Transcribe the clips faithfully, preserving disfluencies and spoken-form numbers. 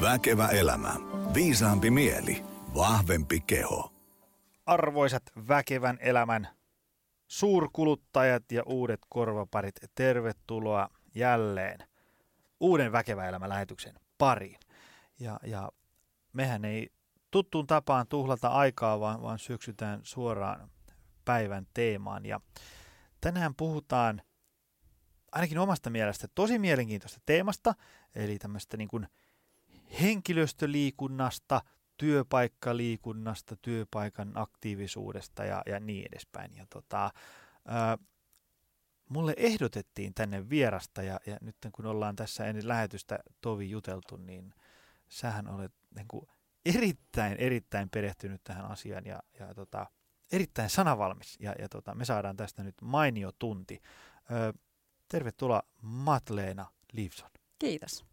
Väkevä elämä. Viisaampi mieli. Vahvempi keho. Arvoisat väkevän elämän suurkuluttajat ja uudet korvaparit, tervetuloa jälleen uuden Väkevä elämä -lähetyksen pariin. Ja, ja mehän ei tuttuun tapaan tuhlata aikaa, vaan, vaan syöksytään suoraan päivän teemaan. Ja tänään puhutaan ainakin omasta mielestä tosi mielenkiintoista teemasta, eli tämmöistä niin kuin henkilöstöliikunnasta, työpaikkaliikunnasta, työpaikan aktiivisuudesta ja, ja niin edespäin. Ja tota, ää, mulle ehdotettiin tänne vierasta, ja, ja nyt kun ollaan tässä ennen lähetystä Tovi juteltu, niin sähän olet niin kuin erittäin, erittäin perehtynyt tähän asiaan ja, ja tota, erittäin sanavalmis. Ja, ja tota, me saadaan tästä nyt mainio tunti. Ö, tervetuloa Madlena Livson. Kiitos.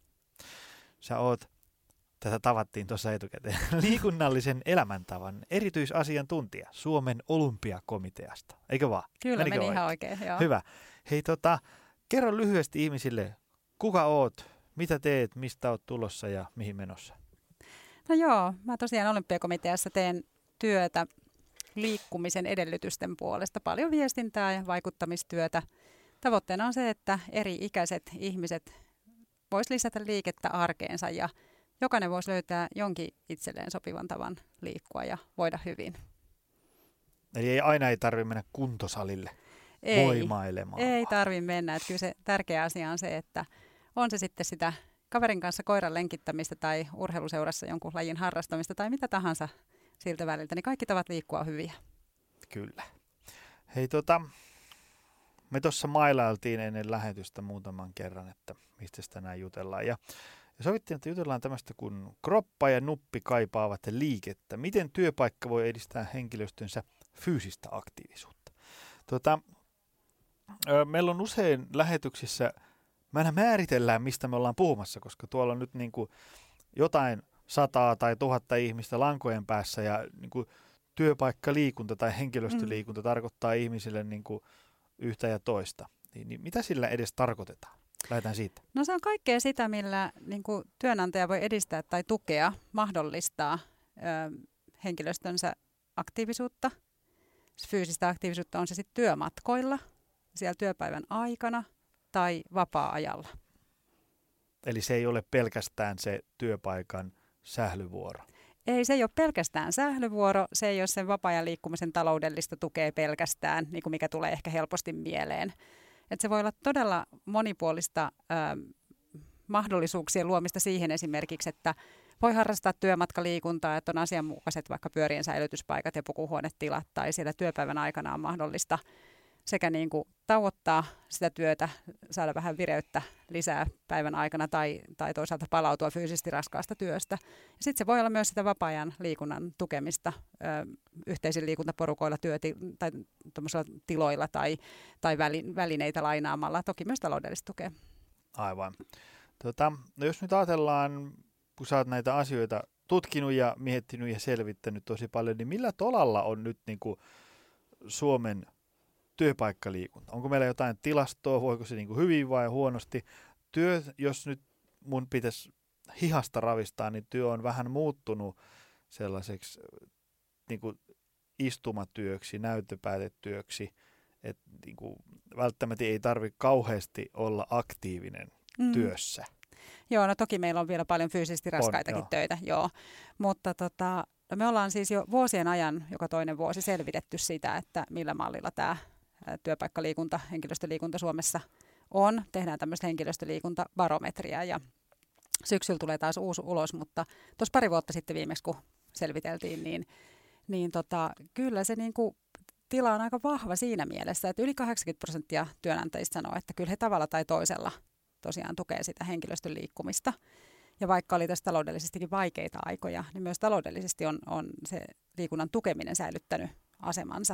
Sä oot, tätä tavattiin tuossa etukäteen, liikunnallisen elämäntavan erityisasiantuntija Suomen olympiakomiteasta. Eikö vaan? Kyllä, Menikö meni oikein? ihan oikein. Joo. Hyvä. Hei, tota, kerro lyhyesti ihmisille, kuka oot, mitä teet, mistä oot tulossa ja mihin menossa? No joo, mä tosiaan olympiakomiteassa teen työtä liikkumisen edellytysten puolesta. Paljon viestintää ja vaikuttamistyötä. Tavoitteena on se, että eri-ikäiset ihmiset vois lisätä liikettä arkeensa ja jokainen voisi löytää jonkin itselleen sopivan tavan liikkua ja voida hyvin. Eli ei, aina ei tarvitse mennä kuntosalille ei, voimailemaan. Ei tarvitse mennä. Että kyllä se tärkeä asia on se, että on se sitten sitä kaverin kanssa koiran lenkittämistä tai urheiluseurassa jonkun lajin harrastamista tai mitä tahansa siltä väliltä, niin kaikki tavat liikkua on hyviä. Kyllä. Hei tota, me tuossa mailailtiin ennen lähetystä muutaman kerran, että mistä tänään jutellaan. Ja, ja sovittiin, että jutellaan tämmöistä, kun kroppa ja nuppi kaipaavat liikettä. Miten työpaikka voi edistää henkilöstönsä fyysistä aktiivisuutta? Tota, meillä on usein lähetyksissä, mä aina määritellään, mistä me ollaan puhumassa, koska tuolla on nyt niin kuin jotain sataa tai tuhatta ihmistä lankojen päässä ja niin kuin työpaikkaliikunta tai henkilöstöliikunta mm. tarkoittaa ihmisille niin kuin yhtä ja toista. Niin, niin mitä sillä edes tarkoitetaan? Lähdetään siitä. No se on kaikkea sitä, millä niin kuin työnantaja voi edistää tai tukea, mahdollistaa ö, henkilöstönsä aktiivisuutta. Fyysistä aktiivisuutta on se sitten työmatkoilla, siellä työpäivän aikana tai vapaa-ajalla. Eli se ei ole pelkästään se työpaikan sählyvuoro. Ei, se ei ole pelkästään sählyvuoro, se ei ole sen vapaa-ajan liikkumisen taloudellista tukea pelkästään, niin kuin mikä tulee ehkä helposti mieleen. Et se voi olla todella monipuolista ö, mahdollisuuksien luomista siihen esimerkiksi, että voi harrastaa työmatkaliikuntaa, että on asianmukaiset vaikka pyörien säilytyspaikat ja pukuhuonetilat, tai siellä työpäivän aikana on mahdollista sekä niin kuin tauottaa sitä työtä, saada vähän vireyttä lisää päivän aikana tai, tai toisaalta palautua fyysisesti raskaasta työstä. Sitten se voi olla myös sitä vapaa-ajan liikunnan tukemista ö, yhteisillä liikuntaporukoilla työti- tai tiloilla tai, tai väli- välineitä lainaamalla. Toki myös taloudellista tukea. Aivan. Tota, no jos nyt ajatellaan, kun sä oot näitä asioita tutkinut ja miettinyt ja selvittänyt tosi paljon, niin millä tolalla on nyt niin kuin Suomen työpaikkaliikunta? Onko meillä jotain tilastoa, voiko se niin kuin hyvin vai huonosti? Työ, jos nyt mun pitäisi hihasta ravistaa, niin työ on vähän muuttunut sellaiseksi niin kuin istumatyöksi, näyttöpäätetyöksi, että niin kuin välttämättä ei tarvitse kauheasti olla aktiivinen mm. työssä. Joo, no toki meillä on vielä paljon fyysisesti raskaitakin on, joo. töitä, joo. Mutta tota, no me ollaan siis jo vuosien ajan, joka toinen vuosi, selvitetty sitä, että millä mallilla tämä työpaikkaliikunta, henkilöstöliikunta Suomessa on. Tehdään tämmöistä henkilöstöliikuntabarometria ja syksyllä tulee taas uusi ulos, mutta tuossa pari vuotta sitten viimeksi, kun selviteltiin, niin, niin tota, kyllä se niinku tila on aika vahva siinä mielessä, että yli kahdeksankymmentä prosenttia työnantajista sanoo, että kyllä he tavalla tai toisella tosiaan tukee sitä henkilöstön liikkumista. Ja vaikka oli tässä taloudellisestikin vaikeita aikoja, niin myös taloudellisesti on, on se liikunnan tukeminen säilyttänyt asemansa.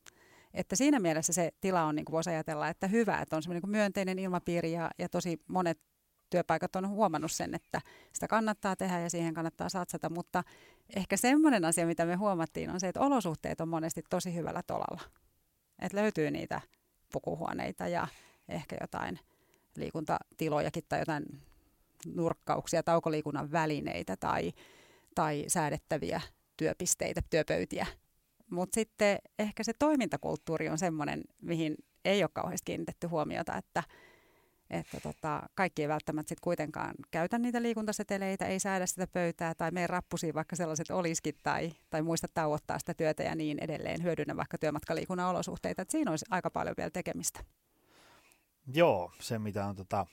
Että siinä mielessä se tila on, niin kuin voisi ajatella, että hyvä, että on semmoinen niin myönteinen ilmapiiri ja, ja tosi monet työpaikat on huomannut sen, että sitä kannattaa tehdä ja siihen kannattaa satsata, mutta ehkä semmoinen asia, mitä me huomattiin, on se, että olosuhteet on monesti tosi hyvällä tolalla. Että löytyy niitä pukuhuoneita ja ehkä jotain liikuntatilojakin tai jotain nurkkauksia, taukoliikunnan välineitä tai, tai säädettäviä työpisteitä, työpöytiä. Mutta sitten ehkä se toimintakulttuuri on semmoinen, mihin ei ole kauheasti kiinnitetty huomiota, että, että tota, kaikki ei välttämättä sit kuitenkaan käytä niitä liikuntaseteleitä, ei säädä sitä pöytää tai mene rappusiin, vaikka sellaiset olisikin, tai, tai muista tauottaa sitä työtä ja niin edelleen, hyödynnä vaikka työmatkaliikunnan olosuhteita. Et siinä olisi aika paljon vielä tekemistä. Joo, se mitä on tota...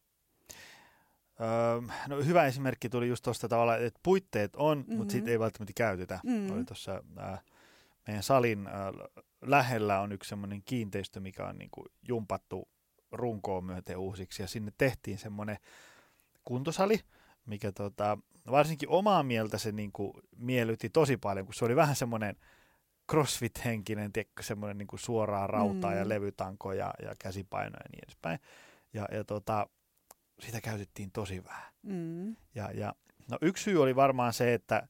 Öö, no hyvä esimerkki tuli just tuosta tavalla, että puitteet on, mm-hmm. mutta sitten ei välttämättä käytetä. Mm-hmm. Oli tuossa äh, meidän salin äh, lähellä on yksi semmoinen kiinteistö, mikä on niinku jumpattu runkoon myöten uusiksi, ja sinne tehtiin semmoinen kuntosali, mikä tota, varsinkin omaa mieltä se niinku miellytti tosi paljon, kun se oli vähän semmoinen crossfit-henkinen, tiedätkö, semmoinen niinku suoraa rautaa mm. ja levytanko ja, ja käsipainoja ja niin edespäin. Ja, ja tota, sitä käytettiin tosi vähän. Mm. Ja, ja, no yksi syy oli varmaan se, että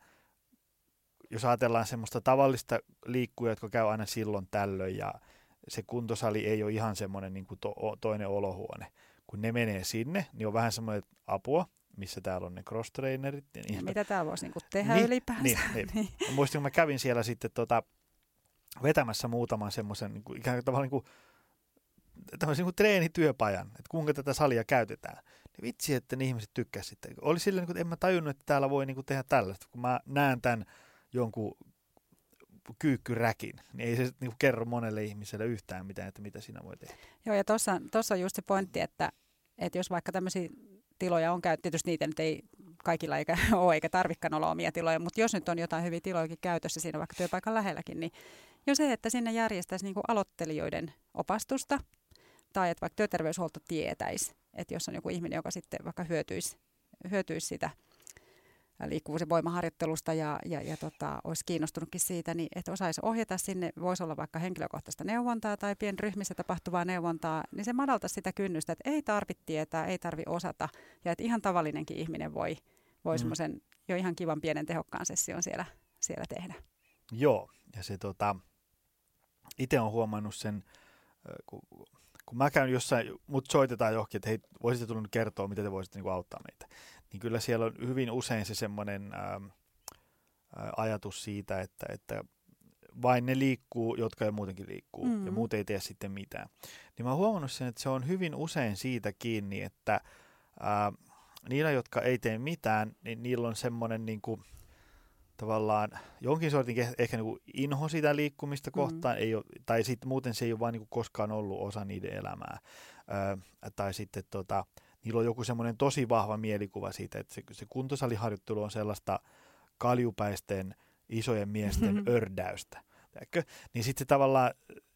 jos ajatellaan semmoista tavallista liikkujaa, jotka käy aina silloin tällöin, ja se kuntosali ei ole ihan semmoinen niin kuin to, toinen olohuone. Kun ne menee sinne, niin on vähän semmoinen apua, missä täällä on ne cross-trainerit. Niin ja mitä täällä voisi niin kuin tehdä niin, ylipäänsä. Niin, niin. niin. Muistin, kun mä kävin siellä sitten tota, vetämässä muutaman semmoisen niin kuin, ikään kuin tavallaan niin kuin, tämmöisen niin kuin treenityöpajan, että kuinka tätä salia käytetään. Niin vitsi, että ne ihmiset tykkäsivät sitten. Oli silleen, että en mä tajunnut, että täällä voi niin kuin tehdä tällaista. Kun mä näen tämän jonkun kyykkyräkin, niin ei se niin kuin kerro monelle ihmiselle yhtään mitään, että mitä siinä voi tehdä. Joo, ja tuossa on just se pointti, että, että jos vaikka tämmöisiä tiloja on käytetty, tietysti niitä nyt ei kaikilla eikä ole, eikä tarvikaan olla omia tiloja, mutta jos nyt on jotain hyviä tilojakin käytössä siinä vaikka työpaikan lähelläkin, niin jo se, että sinne järjestäisi niin kuin aloittelijoiden opastusta, tai että vaikka työterveyshuolto tietäisi, että jos on joku ihminen, joka sitten vaikka hyötyisi, hyötyisi sitä liikkuvuus- ja voimaharjoittelusta ja, ja, ja tota, olisi kiinnostunutkin siitä, niin että osaisi ohjata sinne, voisi olla vaikka henkilökohtaista neuvontaa tai pienryhmissä tapahtuvaa neuvontaa, niin se madaltaisi sitä kynnystä, että ei tarvitse tietää, ei tarvitse osata, ja että ihan tavallinenkin ihminen voi, voi mm. semmoisen jo ihan kivan pienen tehokkaan session siellä, siellä tehdä. Joo, ja se tota, itse olen huomannut sen, kun, kun mä käyn jossain, mut soitetaan johonkin, että hei, voisitte tulla nyt kertoa, miten te voisitte niin kuin auttaa meitä. Niin kyllä siellä on hyvin usein se semmoinen ää, ajatus siitä, että, että vain ne liikkuu, jotka jo muutenkin liikkuu, mm. ja muut ei tee sitten mitään. Niin mä oon huomannut sen, että se on hyvin usein siitä kiinni, että ää, niillä, jotka ei tee mitään, niin niillä on semmoinen niin kuin, tavallaan jonkin sortin ehkä niin kuin inho sitä liikkumista kohtaan, mm. ei ole, tai sitten muuten se ei ole vaan niin kuin koskaan ollut osa niiden elämää. Ää, tai sitten tota, niillä on joku semmoinen tosi vahva mielikuva siitä, että se, se kuntosaliharjoittelu on sellaista kaljupäisten isojen miesten mm-hmm. ördäystä. Teekö? Niin sitten tavallaan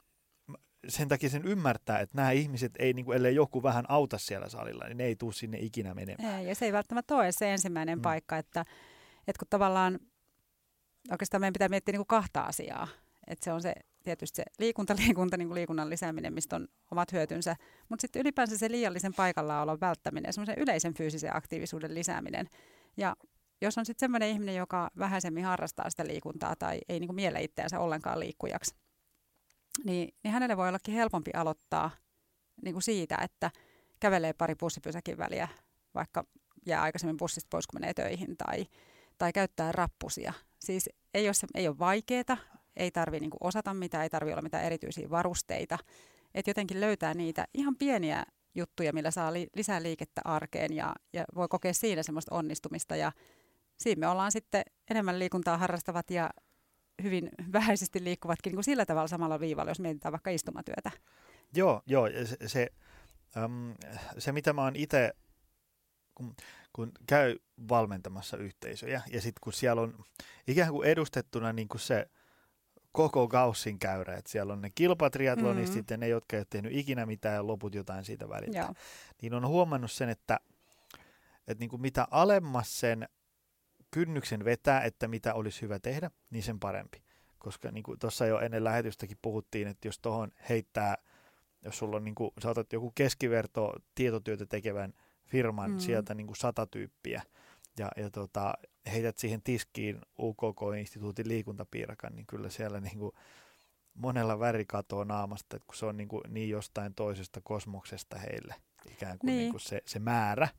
sen takia sen ymmärtää, että nämä ihmiset ei, niin kuin, ellei joku vähän auta siellä salilla, niin ne ei tule sinne ikinä menemään. Ei, ja se ei välttämättä ole se ensimmäinen mm. paikka, että, että kun tavallaan oikeastaan meidän pitää miettiä niin kuin kahta asiaa. Että se on se tietysti se liikunta, liikunta, niin kuin liikunnan lisääminen, mistä on omat hyötynsä, mutta sitten ylipäänsä se liiallisen paikallaolon välttäminen, semmoisen yleisen fyysisen aktiivisuuden lisääminen. Ja jos on sitten semmoinen ihminen, joka vähäisemmin harrastaa sitä liikuntaa tai ei niin kuin miele itseänsä ollenkaan liikkujaksi, niin, niin hänelle voi ollakin helpompi aloittaa niin kuin siitä, että kävelee pari bussipysäkin väliä, vaikka jää aikaisemmin bussista pois, kun menee töihin, tai, tai käyttää rappusia. Siis ei ole, ei ole vaikeaa. Ei tarvitse niinku osata mitään, ei tarvitse olla mitään erityisiä varusteita. Että jotenkin löytää niitä ihan pieniä juttuja, millä saa li- lisää liikettä arkeen ja, ja voi kokea siinä semmoista onnistumista. Ja siinä me ollaan sitten enemmän liikuntaa harrastavat ja hyvin vähäisesti liikkuvatkin niin kuin sillä tavalla samalla viivalla, jos mietitään vaikka istumatyötä. Joo, joo se, se, äm, se mitä mä oon itse, kun, kun käy valmentamassa yhteisöjä ja sitten kun siellä on ikään kuin edustettuna niin kuin se koko Gaussin käyrä, että siellä on ne kilpatriatlonistit mm-hmm. ja ne, jotka ei ole tehnyt ikinä mitään ja loput jotain siitä väliltä. Joo. Niin on huomannut sen, että, että niin kuin mitä alemmas sen kynnyksen vetää, että mitä olisi hyvä tehdä, niin sen parempi. Koska niin kuin tuossa jo ennen lähetystäkin puhuttiin, että jos tuohon heittää, jos sulla on niin kuin, sä otat joku keskiverto tietotyötä tekevän firman mm-hmm. sieltä niin kuin sata tyyppiä, ja, ja tota, heität siihen tiskiin U K K-instituutin liikuntapiirakan, niin kyllä siellä niin kuin monella väri katoo naamasta, että kun se on niin, kuin niin jostain toisesta kosmoksesta heille ikään kuin, niin. Niin kuin se, se määrä.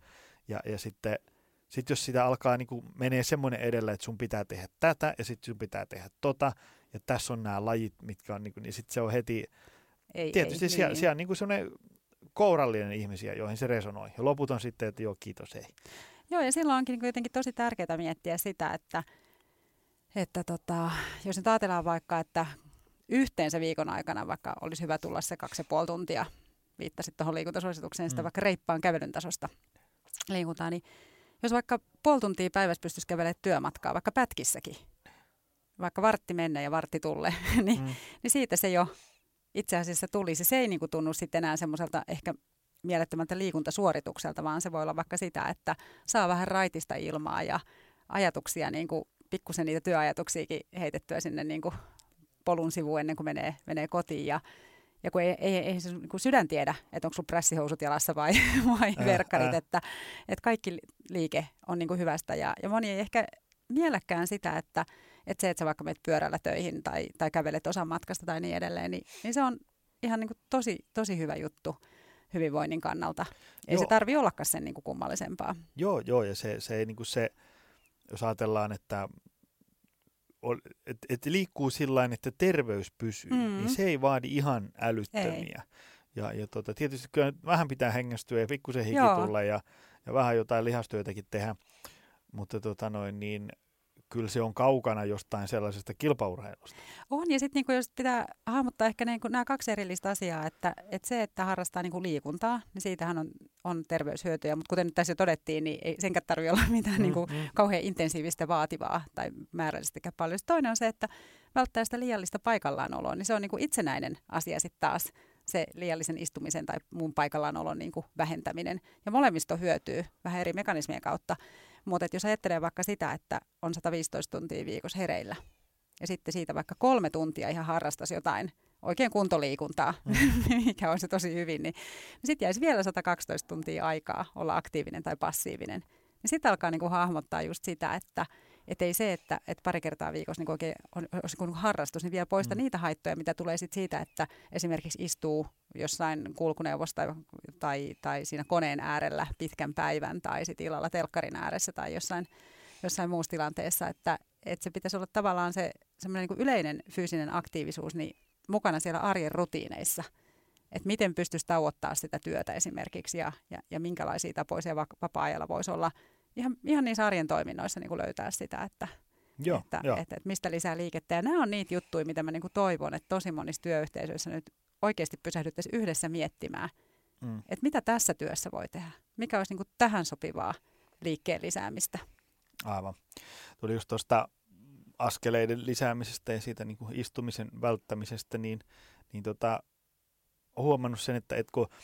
Ja, ja sitten sit jos sitä alkaa niin kuin menee semmoinen edellä, että sun pitää tehdä tätä ja sitten sun pitää tehdä tota, ja tässä on nämä lajit, mitkä on, niin, kuin, niin sitten se on heti, ei, tietysti ei, siellä, niin. siellä on niin kuin semmoinen kourallinen ihmisiä, joihin se resonoi. Ja loput on sitten, että joo, kiitos, ei. Joo, ja silloin onkin jotenkin tosi tärkeää miettiä sitä, että, että tota, jos nyt ajatellaan vaikka, että yhteensä viikon aikana vaikka olisi hyvä tulla se kaksi ja puoli tuntia, viittasit tuohon liikuntasuositukseen, sitä mm. vaikka reippaan kävelyn tasosta liikuntaa, niin jos vaikka puoli tuntia päivässä pystyisi kävelemään työmatkaa, vaikka pätkissäkin, vaikka vartti mennä ja vartti tulle, niin, mm. niin siitä se jo itse asiassa tulisi. Se ei niin kuin tunnu sitten enää semmoiselta ehkä mielettömältä liikuntasuoritukselta, vaan se voi olla vaikka sitä, että saa vähän raitista ilmaa ja ajatuksia, niin kuin pikkusen niitä työajatuksiakin heitettyä sinne niin kuin polun sivuun ennen kuin menee, menee kotiin. Ja, ja kun ei, ei, ei se niin kuin sydän tiedä, että onko sun prässihousut jalassa vai, vai äh, verkkarit, äh. Että, että kaikki liike on niin kuin hyvästä. Ja, ja moni ei ehkä mieläkään sitä, että, että se, että sä vaikka menet pyörällä töihin tai, tai kävelet osan matkasta tai niin edelleen, niin, niin se on ihan niin kuin tosi, tosi hyvä juttu hyvinvoinnin kannalta. Ei joo. se tarvitse ollakaan sen niin kuin kummallisempaa. Joo, joo, ja se, se ei niin kuin se, jos ajatellaan, että et, et liikkuu sillain, että terveys pysyy, mm-hmm. niin se ei vaadi ihan älyttömiä. Ei. Ja, ja tota, tietysti kyllä vähän pitää hengästyä ja pikkusen hiki joo. tulla ja, ja vähän jotain lihastyötäkin tehdä, mutta tota noin, niin kyllä se on kaukana jostain sellaisesta kilpaurheilusta. On, ja sitten niinku, jos pitää hahmottaa ehkä niinku nämä kaksi erillistä asiaa, että, että se, että harrastaa niinku liikuntaa, niin siitähän on, on terveyshyötyjä, mutta kuten nyt tässä jo todettiin, niin ei senkään tarvitse olla mitään mm, niinku mm. kauhean intensiivistä vaativaa tai määrällisestikään paljon. Sitten toinen on se, että välttää sitä liiallista paikallaanoloa, niin se on niinku itsenäinen asia sitten taas, se liiallisen istumisen tai muun paikallaanollon niinku vähentäminen. Ja molemmista hyötyy vähän eri mekanismien kautta. Mutta jos ajattelee vaikka sitä, että on sata viisitoista tuntia viikossa hereillä ja sitten siitä vaikka kolme tuntia ihan harrastaisi jotain oikein kuntoliikuntaa, mm. mikä on se tosi hyvin, niin, niin sitten jäisi vielä sata kaksitoista tuntia aikaa olla aktiivinen tai passiivinen. Niin sitten alkaa niinku hahmottaa just sitä, että et ei se, että et pari kertaa viikossa niinku oikein on, on harrastus, niin vielä poista mm. niitä haittoja, mitä tulee sit siitä, että esimerkiksi istuu jossain kulkuneuvossa tai, tai, tai siinä koneen äärellä pitkän päivän tai sitten illalla telkkarin ääressä tai jossain, jossain muussa tilanteessa, että, että se pitäisi olla tavallaan se semmoinen niin kuin yleinen fyysinen aktiivisuus niin mukana siellä arjen rutiineissa, että miten pystyisi tauottaa sitä työtä esimerkiksi ja, ja, ja minkälaisia tapoja siellä vapaa-ajalla voisi olla ihan, ihan niissä arjen toiminnoissa niin kuin löytää sitä, että, Joo, että, jo. että, että mistä lisää liikettä. Ja nämä on niitä juttuja, mitä mä niin kuin toivon, että tosi monissa työyhteisöissä nyt oikeasti pysähdyttäisiin yhdessä miettimään, mm. että mitä tässä työssä voi tehdä, mikä olisi niin kuin tähän sopivaa liikkeen lisäämistä. Aivan. Tuli just tuosta askeleiden lisäämisestä ja siitä niin kuin istumisen välttämisestä, niin, niin tota, olen huomannut sen, että et kun,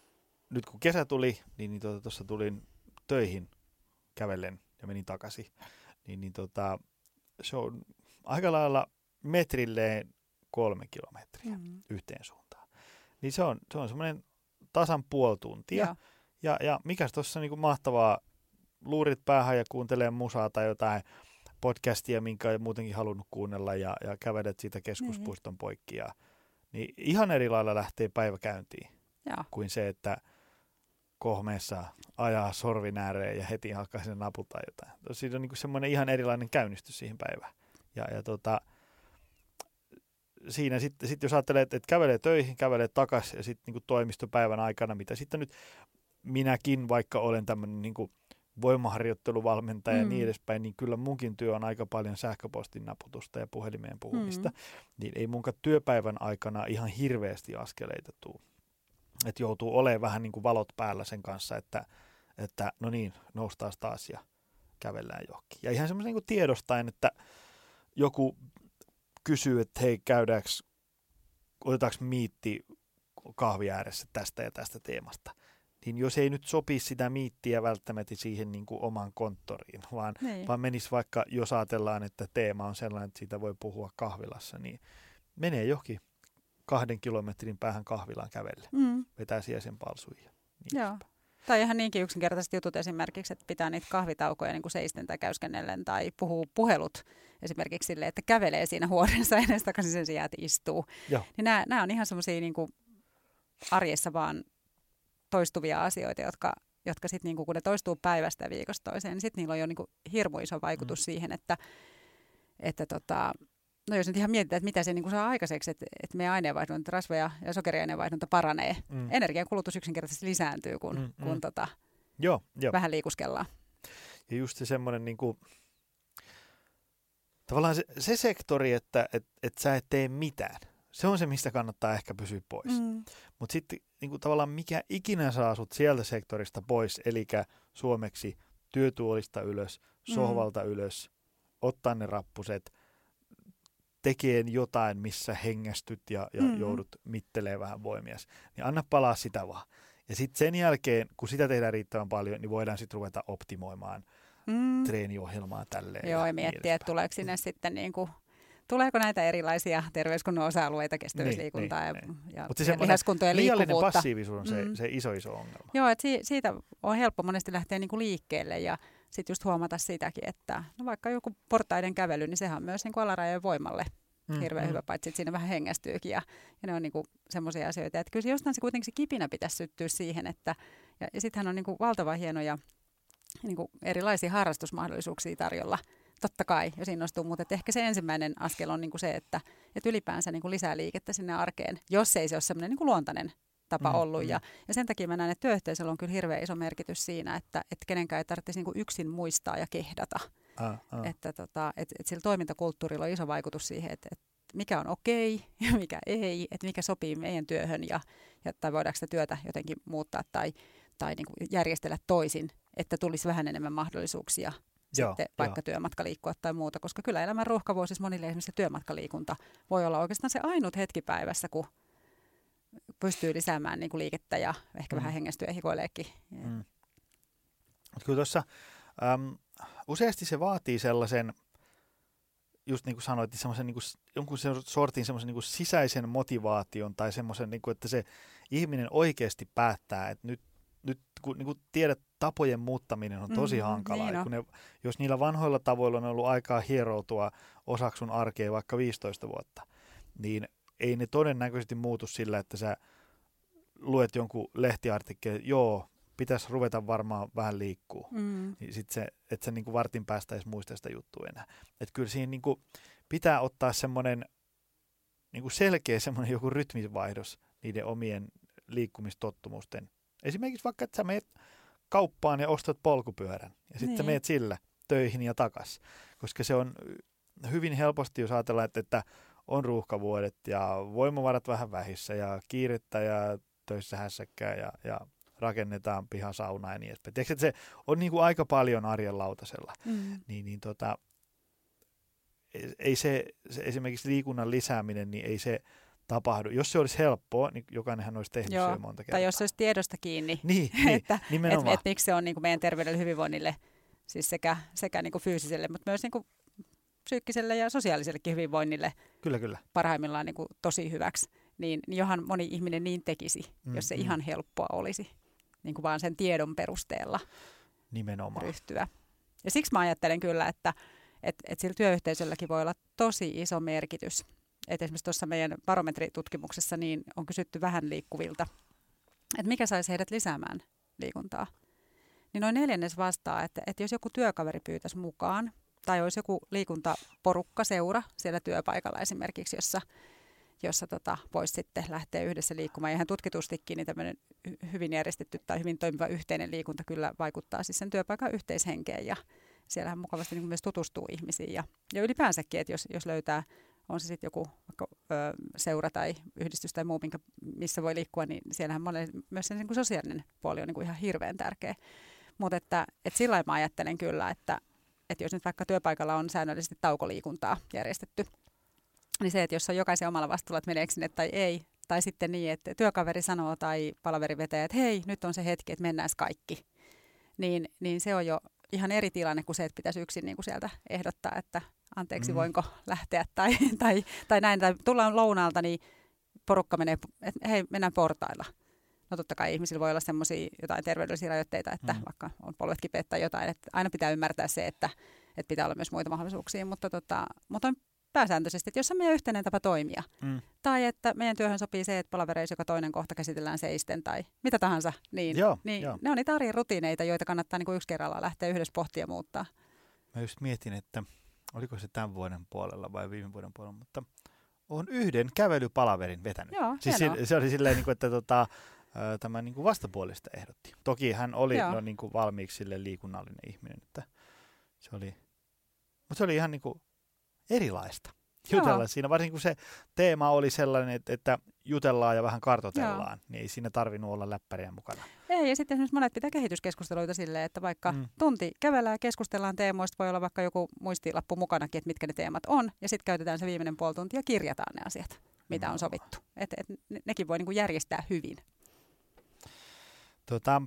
nyt kun kesä tuli, niin, niin tuossa tota, tulin töihin kävellen ja menin takaisin, niin, niin tota, se on aika lailla metrilleen kolme kilometriä mm. yhteen suuntaan. Niin se on, se on semmoinen tasan puoli tuntia. Ja, ja, ja mikäs tuossa niinku mahtavaa, luurit päähän ja kuuntelee musaa tai jotain podcastia, minkä ei muutenkin halunnut kuunnella ja, ja kävelet siitä keskuspuiston mm. poikki. Ja, niin ihan eri lailla lähtee päivä käyntiin ja. kuin se, että kohmeessa ajaa sorvin ääreen ja heti alkaa sinne naputtaa jotain. Siinä on niinku semmoinen ihan erilainen käynnistys siihen päivään. Ja, ja tota, siinä sitten, sit jos ajattelee, että, että kävelee töihin, kävelee takaisin ja sitten niinku toimistopäivän aikana, mitä sitten nyt minäkin, vaikka olen tämmöinen niinku voimaharjoitteluvalmentaja mm. ja niin edespäin, niin kyllä munkin työ on aika paljon sähköpostin naputusta ja puhelimeen puhumista. Mm. Niin ei munkaan työpäivän aikana ihan hirveästi askeleita tule. Että joutuu olemaan vähän niin kuin valot päällä sen kanssa, että, että no niin, noustaan taas ja kävellään johonkin. Ja ihan semmoisen niin kuin tiedostaen, että joku kysyy, että hei, käydäänkö, otetaanko miitti kahvi ääressä tästä ja tästä teemasta. Niin jos ei nyt sopisi sitä miittiä välttämättä siihen niin kuin omaan konttoriin, vaan, vaan menisi vaikka, jos ajatellaan, että teema on sellainen, että siitä voi puhua kahvilassa, niin menee johonkin kahden kilometrin päähän kahvilaan kävelle. Mm. Vetää sijaisen palsuihin. Niin Joo. Tai ihan niinkin yksinkertaiset jutut esimerkiksi, että pitää niitä kahvitaukoja niin kuin seisten tai käyskennellen tai puhuu puhelut esimerkiksi silleen, että kävelee siinä huoneessa edes takaisin sen sijaan, että istuu. Joo. Niin nämä, nämä on ihan semmoisia niin kuin arjessa vaan toistuvia asioita, jotka, jotka sitten niinku, kun ne toistuu päivästä viikosta toiseen, niin sitten niillä on jo niinku hirmu iso vaikutus mm. siihen, että, että tota, no jos nyt ihan mietitään, että mitä se niinku saa aikaiseksi, että, että meidän aineenvaihdunta, rasva- ja, ja sokeriaineenvaihdunta paranee. Mm. Energiankulutus yksinkertaisesti lisääntyy, kun, mm, kun mm. Tota, joo, jo. vähän liikuskellaan. Ja just se semmoinen niinku, tavallaan se, se sektori, että et, et sä et tee mitään, se on se, mistä kannattaa ehkä pysyä pois. Mm. Mutta sitten niinku, tavallaan mikä ikinä saa sut sieltä sektorista pois, eli suomeksi työtuolista ylös, sohvalta mm. ylös, ottaa ne rappuset, tekee jotain, missä hengästyt ja, ja mm-hmm. joudut mittelemään vähän voimias, niin anna palaa sitä vaan. Ja sitten sen jälkeen, kun sitä tehdään riittävän paljon, niin voidaan sitten ruveta optimoimaan mm. treeniohjelmaa tälleen. Joo, ja miettiä, että tuleeko sinne sitten niin kuin, tuleeko näitä erilaisia terveyskunnon osa-alueita, kestävyysliikuntaa niin, ja, niin, ja, ja lihaskuntoa ja liikkuvuutta. Liiallinen passiivisuus on se, mm. se iso iso ongelma. Joo, että si- siitä on helppo monesti lähteä niin kuin liikkeelle ja sitten just huomata sitäkin, että no vaikka joku portaiden kävely, niin sehän on myös niin kuin alarajojen voimalle mm, hirveän mm. hyvä, paitsi että siinä vähän hengästyykin. Ja, ja ne on niin kuin semmoisia asioita, että kyllä se jostain se kuitenkin se kipinä pitäisi syttyä siihen, että ja, ja sittenhän on niin kuin valtavan hienoja niin kuin erilaisia harrastusmahdollisuuksia tarjolla. Totta kai, jos innostuu, mutta ehkä se ensimmäinen askel on niin kuin se, että, että ylipäänsä niin kuin lisää liikettä sinne arkeen, jos ei se ole semmoinen niin kuin luontainen tapa mm, ollut. Mm. Ja, ja sen takia mä näen, että työyhteisöllä on kyllä hirveän iso merkitys siinä, että, että kenenkään ei tarvitsisi niin kuin yksin muistaa ja kehdata. Ah, ah. Että tota, et, et sillä toimintakulttuurilla on iso vaikutus siihen, että, että mikä on okei ja mikä ei, että mikä sopii meidän työhön ja, ja tai voidaanko sitä työtä jotenkin muuttaa tai, tai niin kuin järjestellä toisin, että tulisi vähän enemmän mahdollisuuksia Joo, sitten vaikka jo. työmatkaliikkua tai muuta, koska kyllä elämän ruuhkavuosissa monille esimerkiksi työmatkaliikunta voi olla oikeastaan se ainut hetki päivässä, kun pystyy lisäämään niin kuin liikettä ja ehkä mm. vähän hengästyä ja hikoileekin. Mm. Kyllä tuossa äm, useasti se vaatii sellaisen, just niin kuin sanoit, semmoisen niin kuin, jonkun sortin semmoisen niin kuin sisäisen motivaation tai semmoisen, niin kuin, että se ihminen oikeasti päättää, että nyt, nyt kun niin kuin tiedät, tapojen muuttaminen on tosi mm, hankalaa. Niin kun ne, jos niillä vanhoilla tavoilla on ollut aikaa hieroutua osaksi sun arkea vaikka viisitoista vuotta, niin ei ne todennäköisesti muutu sillä, että sä luet jonkun lehtiartikkelin, joo, pitäisi ruveta varmaan vähän liikkuu. Mm. Niin sit se, että sä niinku vartin päästä edes muista sitä juttua enää. Että kyllä siinä niinku pitää ottaa semmoinen niinku selkeä semmoinen joku rytmivaihdos niiden omien liikkumistottumusten. Esimerkiksi vaikka, että sä meet kauppaan ja ostat polkupyörän ja sitten niin. sä meet sillä töihin ja takas. Koska se on hyvin helposti, jos ajatellaan, että, että on ruuhkavuodet ja voimavarat vähän vähissä ja kiirettä ja töissä hässäkkää ja, ja rakennetaan pihasaunaa ja niin edespäin. Tiedätkö, että se on niin kuin aika paljon arjen lautasella. Mm. Niin, niin tota, ei se, se esimerkiksi liikunnan lisääminen, niin ei se tapahdu. Jos se olisi helppoa, niin jokainenhan olisi tehnyt Joo, se monta kertaa. Tai jos se olisi tiedosta kiinni, niin, niin, että et, et miksi se on niin kuin meidän terveydelle hyvinvoinnille, siis sekä, sekä niin kuin fyysiselle, mutta myös niin kuin psyykkiselle ja sosiaalisellekin hyvinvoinnille kyllä, kyllä. parhaimmillaan niin kuin tosi hyväksi, niin, niin johan moni ihminen niin tekisi, mm, jos se mm. ihan helppoa olisi, niin kuin vaan sen tiedon perusteella nimenomaan ryhtyä. Ja siksi mä ajattelen kyllä, että et, et sillä työyhteisölläkin voi olla tosi iso merkitys. Et esimerkiksi tuossa meidän barometritutkimuksessa niin on kysytty vähän liikkuvilta, että mikä saisi heidät lisäämään liikuntaa. Niin noin neljännes vastaa, että, että jos joku työkaveri pyytäisi mukaan, tai olisi joku liikuntaporukka, seura siellä työpaikalla esimerkiksi, jossa, jossa tota, voisi sitten lähteä yhdessä liikkumaan. Ja ihan tutkitustikin niin tämmöinen hyvin järjestetty tai hyvin toimiva yhteinen liikunta kyllä vaikuttaa siis sen työpaikan yhteishenkeen. Ja siellähän mukavasti niin myös tutustuu ihmisiin. Ja, ja ylipäänsäkin, että jos, jos löytää, on se sitten joku vaikka, ö, seura tai yhdistys tai muu, minkä, missä voi liikkua, niin siellähän monen, myös sen niin kuin sosiaalinen puoli on niin kuin ihan hirveän tärkeä. Mutta että, että sillä lailla mä ajattelen kyllä, että että jos nyt vaikka työpaikalla on säännöllisesti taukoliikuntaa järjestetty, niin se, että jos on jokaisen omalla vastuulla, että meneekö sinne tai ei, tai sitten niin, että työkaveri sanoo tai palaverivetäjä, että hei, nyt on se hetki, että mennään kaikki, niin, niin se on jo ihan eri tilanne kuin se, että pitäisi yksin niin kuin sieltä ehdottaa, että anteeksi, mm. voinko lähteä tai, tai, tai näin, tai tullaan lounaalta, niin porukka menee, että hei, mennään portailla. No totta kai ihmisillä voi olla semmoisia jotain terveydellisiä rajoitteita, että mm. vaikka on polvet kipeät tai jotain, että aina pitää ymmärtää se, että, että pitää olla myös muita mahdollisuuksia, mutta, tota, mutta on pääsääntöisesti, että jos on meidän yhteinen tapa toimia. Mm. Tai että meidän työhön sopii se, että palavereissa joka toinen kohta käsitellään seisten tai mitä tahansa. Niin, Joo, niin jo. ne on niitä arjen rutiineita, joita kannattaa niin kuin yksi kerrallaan lähteä yhdessä pohtia ja muuttaa. Mä just mietin, että oliko se tämän vuoden puolella vai viime vuoden puolella, mutta olen yhden kävelypalaverin vetänyt. Joo, siis se, se oli silleen, niin kuin, että tota, tämä niin kuin vastapuolista ehdotti. Toki hän oli no, niin kuin valmiiksi sille liikunnallinen ihminen, että se oli, mutta se oli ihan niin kuin erilaista jutella Joo. siinä, varsinkin kun se teema oli sellainen, että, että jutellaan ja vähän kartoitellaan, Joo. niin ei siinä tarvinnut olla läppäriä mukana. Ei, ja sitten esimerkiksi monet pitää kehityskeskusteluita silleen, että vaikka mm. tunti kävellään ja keskustellaan teemoista, voi olla vaikka joku muistilappu mukanakin, että mitkä ne teemat on, ja sitten käytetään se viimeinen puoli tuntia ja kirjataan ne asiat, mitä no. on sovittu. Että et, nekin voi niinku järjestää hyvin. Tota,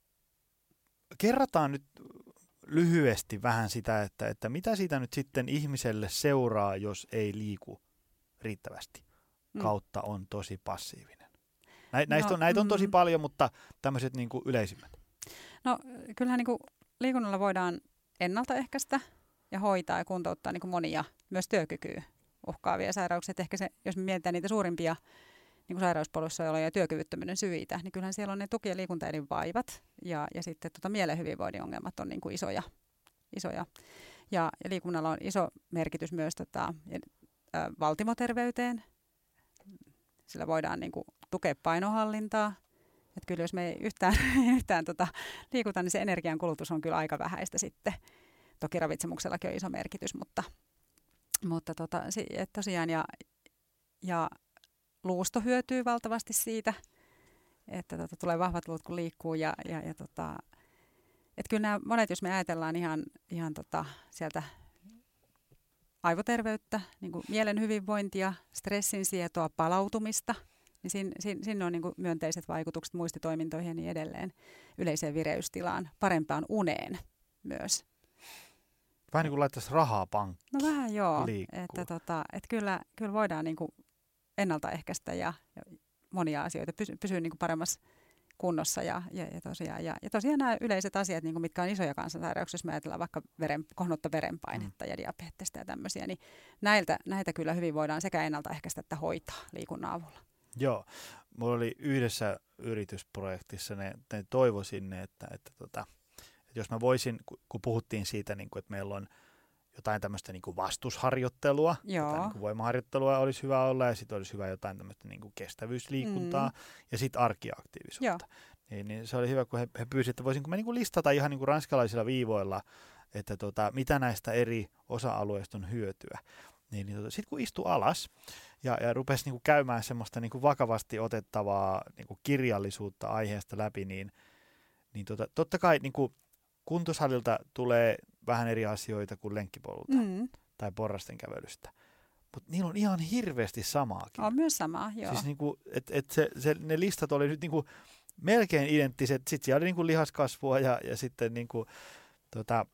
kerrataan nyt lyhyesti vähän sitä, että, että mitä siitä nyt sitten ihmiselle seuraa, jos ei liiku riittävästi, mm. kautta on tosi passiivinen. Nä, näistä no, on, näitä on tosi mm. paljon, mutta tämmöiset niin kuin yleisimmät. No kyllähän niin kuin liikunnalla voidaan ennaltaehkäistä ja hoitaa ja kuntouttaa niin kuin monia myös työkykyä uhkaavia sairauksia. Et ehkä se, jos me mietitään niitä suurimpia niin kuin sairauspoissaoloja ja työkyvyttömyyden syitä, niin kyllähän siellä on ne tuki- ja liikuntaelinvaivat ja, ja sitten tota mielen hyvinvoinnin ongelmat on niin kuin isoja. isoja. Ja, ja liikunnalla on iso merkitys myös tota, ä, valtimoterveyteen. Sillä voidaan niin kuin tukea painohallintaa. Et kyllä jos me ei yhtään, yhtään tota, liikuta, niin se energiankulutus on kyllä aika vähäistä sitten. Toki ravitsemuksellakin on iso merkitys, mutta, mutta tota, et tosiaan ja, ja luusto hyötyy valtavasti siitä, että tota, tulee vahvat luut, kun liikkuu. Ja, ja, ja tota, et kyllä nämä monet, jos me ajatellaan ihan, ihan tota, sieltä aivoterveyttä, niin kuin mielen hyvinvointia, stressin sietoa, palautumista, niin siinä, siinä, siinä on niin kuin myönteiset vaikutukset muistitoimintoihin ja niin edelleen, yleiseen vireystilaan, parempaan uneen myös. Vähän niin kuin laittaisi rahaa pankkiin. No vähän joo, että, tota, että kyllä, kyllä voidaan niin kuin ennaltaehkäistä ja, ja monia asioita pysy, pysyä niin kuin paremmassa kunnossa. Ja, ja, ja, tosiaan, ja, ja tosiaan nämä yleiset asiat, niin kuin mitkä on isoja kansansairauksia, jos me ajatellaan vaikka veren, kohdonnutta verenpainetta mm. ja diabetesta ja tämmöisiä, niin näiltä, näitä kyllä hyvin voidaan sekä ennaltaehkäistä että hoitaa liikunnan avulla. Joo, mulla oli yhdessä yritysprojektissa, ne, ne toivoisin, että, että, tota, että jos mä voisin, kun puhuttiin siitä, niin kuin, että meillä on jotain tämmöistä niin kuin vastusharjoittelua, jotain niin kuin voimaharjoittelua olisi hyvä olla, ja sitten olisi hyvä jotain tämmöistä niin kuin kestävyysliikuntaa, mm. ja sitten arkiaktiivisuutta. Niin, niin se oli hyvä, kun he, he pyysivät, että voisinko mä niin kuin listata ihan niin kuin ranskalaisilla viivoilla, että tota, mitä näistä eri osa-alueista on hyötyä. Niin, niin tota, sitten kun istui alas ja, ja rupesi niin kuin käymään semmoista niin kuin vakavasti otettavaa niin kuin kirjallisuutta aiheesta läpi, niin, niin tota, totta kai niin kuin kuntosalilta tulee vähän eri asioita kuin lenkkipolulta mm. tai porrasten kävelystä. Mutta niillä on ihan hirveästi samaakin. On myös samaa, joo. Siis niinku, et, et se, se, ne listat oli nyt niinku melkein identtiset. Sitten siellä oli niinku lihaskasvua ja, ja sitten niinku, tota,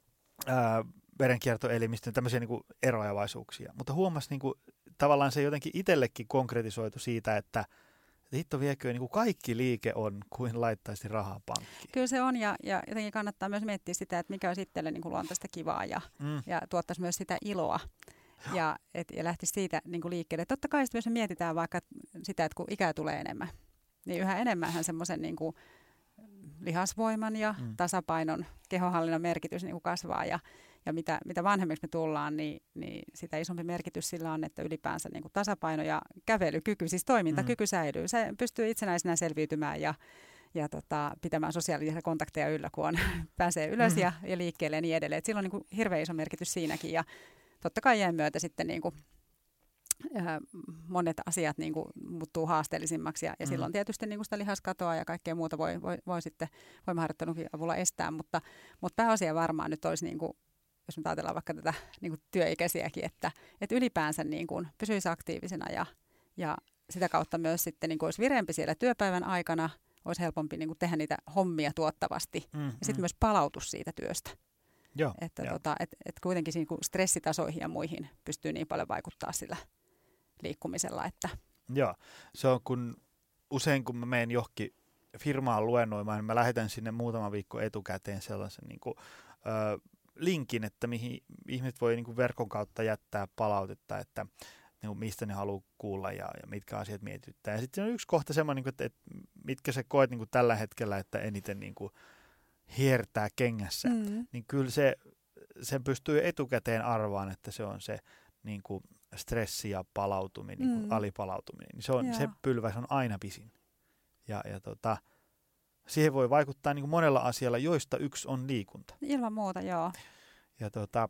ää, verenkiertoelimistön tämmöisiä niinku eroavaisuuksia. Mutta huomasi niinku, tavallaan se jotenkin itsellekin konkretisoitu siitä, että hitto viekö, niin kuin kaikki liike on kuin laittaisi rahaa pankkiin. Kyllä se on, ja, ja jotenkin kannattaa myös miettiä sitä, että mikä olisi itselle niin kuin luontaista kivaa ja, mm. ja tuottaisi myös sitä iloa. Ja, et, ja lähtisi siitä niin kuin liikkeelle. Totta kai sitten, jos me mietitään vaikka sitä, että kun ikää tulee enemmän, niin yhä enemmänhän semmoisen niin kuin lihasvoiman ja mm. tasapainon, kehonhallinnan merkitys niin kuin kasvaa. Ja, ja mitä, mitä vanhemmiksi me tullaan, niin, niin sitä isompi merkitys sillä on, että ylipäänsä niin kuin tasapaino ja kävelykyky, siis toimintakyky mm. säilyy. Se pystyy itsenäisenä selviytymään ja, ja tota, pitämään sosiaalisia kontakteja yllä, kun on, pääsee ylös mm. ja, ja liikkeelle ja niin edelleen. Et sillä on niin kuin hirveän iso merkitys siinäkin. Ja totta kai jäen myötä sitten niin kuin, äh, monet asiat niin kuin muuttuu haasteellisimmaksi ja, ja mm. silloin tietysti niin kuin sitä lihaskatoa ja kaikkea muuta voi, voi, voi sitten voimaharjoittelunkin avulla estää, mutta, mutta pääosia varmaan nyt olisi, niin kuin, jos me ajatellaan vaikka tätä niin kuin työikäisiäkin, että, että ylipäänsä niin kuin pysyisi aktiivisena ja, ja sitä kautta myös sitten niin kuin olisi vireempi siellä työpäivän aikana, olisi helpompi niin kuin tehdä niitä hommia tuottavasti mm, ja sitten mm. myös palautus siitä työstä. Joo, että jo. tota, et, et kuitenkin niin kuin stressitasoihin ja muihin pystyy niin paljon vaikuttaa sillä liikkumisella. Että. Joo, se on kun usein kun mä menen johonkin firmaan luennoimaan, niin mä lähetän sinne muutama viikko etukäteen sellaisen niin kuin, ö, linkin, että mihin ihmiset voi niin kuin verkon kautta jättää palautetta, että niin mistä ne haluaa kuulla ja, ja mitkä asiat mietityttää. Ja sitten on yksi kohta semmoinen, että, että mitkä sä koet niin kuin tällä hetkellä, että eniten niin kuin hiertää kengässä, mm. niin kyllä se, sen pystyy etukäteen arvaan, että se on se niin kuin stressi ja palautuminen, mm. niin kuin alipalautuminen. Niin se, on, se pylväs on aina pisin. Ja, ja tota, siihen voi vaikuttaa niin kuin monella asialla, joista yksi on liikunta. Ilman muuta, joo. Ja, tota,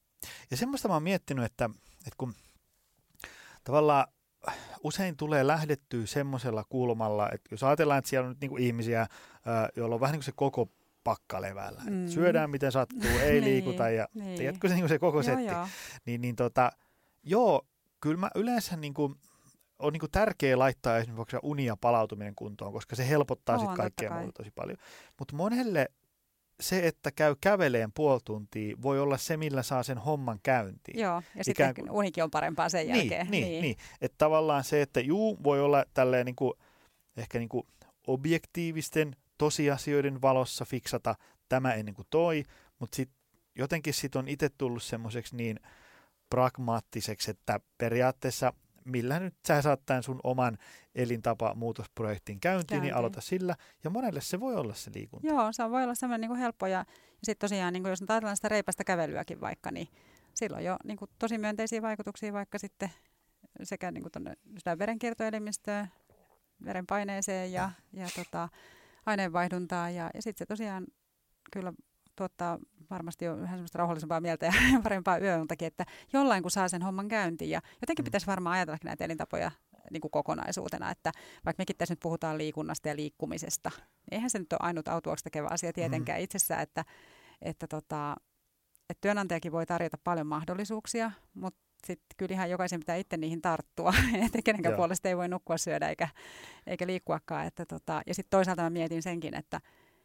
ja semmoista mä oon miettinyt, että, että kun tavallaan usein tulee lähdettyä semmoisella kulmalla, että jos ajatellaan, että siellä on nyt niin kuin ihmisiä, joilla on vähän niin kuin se koko pakka levällä. Mm. Syödään miten sattuu, ei liikuta ja niin. Tiedätkö se, niin kuin se koko joo, setti. Joo. Niin, niin tota, joo, kyllä mä yleensä niin kuin, on niin kuin tärkeää laittaa esimerkiksi uni ja palautuminen kuntoon, koska se helpottaa sitten kaikkea muuta tosi paljon. Mutta monelle se, että käy käveleen puoli tuntia, voi olla se, millä saa sen homman käyntiin. Joo, ja sitten kuin unikin on parempaa sen niin, jälkeen. Niin, niin. niin. Että tavallaan se, että juu, voi olla tälleen niin kuin, ehkä niin kuin objektiivisten tosiasioiden valossa fiksata tämä ennen kuin toi, mutta sitten jotenkin sit on itse tullut semmoiseksi niin pragmaattiseksi, että periaatteessa millä nyt sä saat tämän sun oman elintapa muutosprojektin käyntiin, käyntiin, niin aloita sillä. Ja monelle se voi olla se liikunta. Joo, se voi olla semmoinen niin kuin helppo. Ja, ja sitten tosiaan, niin kuin jos ajatellaan sitä reipasta kävelyäkin vaikka, niin silloin jo niin kuin tosi myönteisiä vaikutuksia vaikka sitten sekä niin kuin tuonne verenkiertoelimistöön, verenpaineeseen ja, ja tota, aineenvaihduntaan. Ja, ja sitten se tosiaan kyllä tuottaa varmasti jo vähän semmoista rauhallisempaa mieltä ja parempaa yöuntakin, että jollain kun saa sen homman käyntiin. Ja jotenkin pitäisi varmaan ajatella näitä elintapoja niin kuin kokonaisuutena, että vaikka mekin tässä nyt puhutaan liikunnasta ja liikkumisesta, niin eihän se nyt ole ainut autuaksi tekevä asia tietenkään mm. itsessään, että, että, tota, että työnantajakin voi tarjota paljon mahdollisuuksia, mutta sitten kyllähän jokaisen pitää itse niihin tarttua, että kenenkään puolesta ei voi nukkua, syödä eikä, eikä liikkuakaan. Että tota, ja sitten toisaalta mä mietin senkin, että,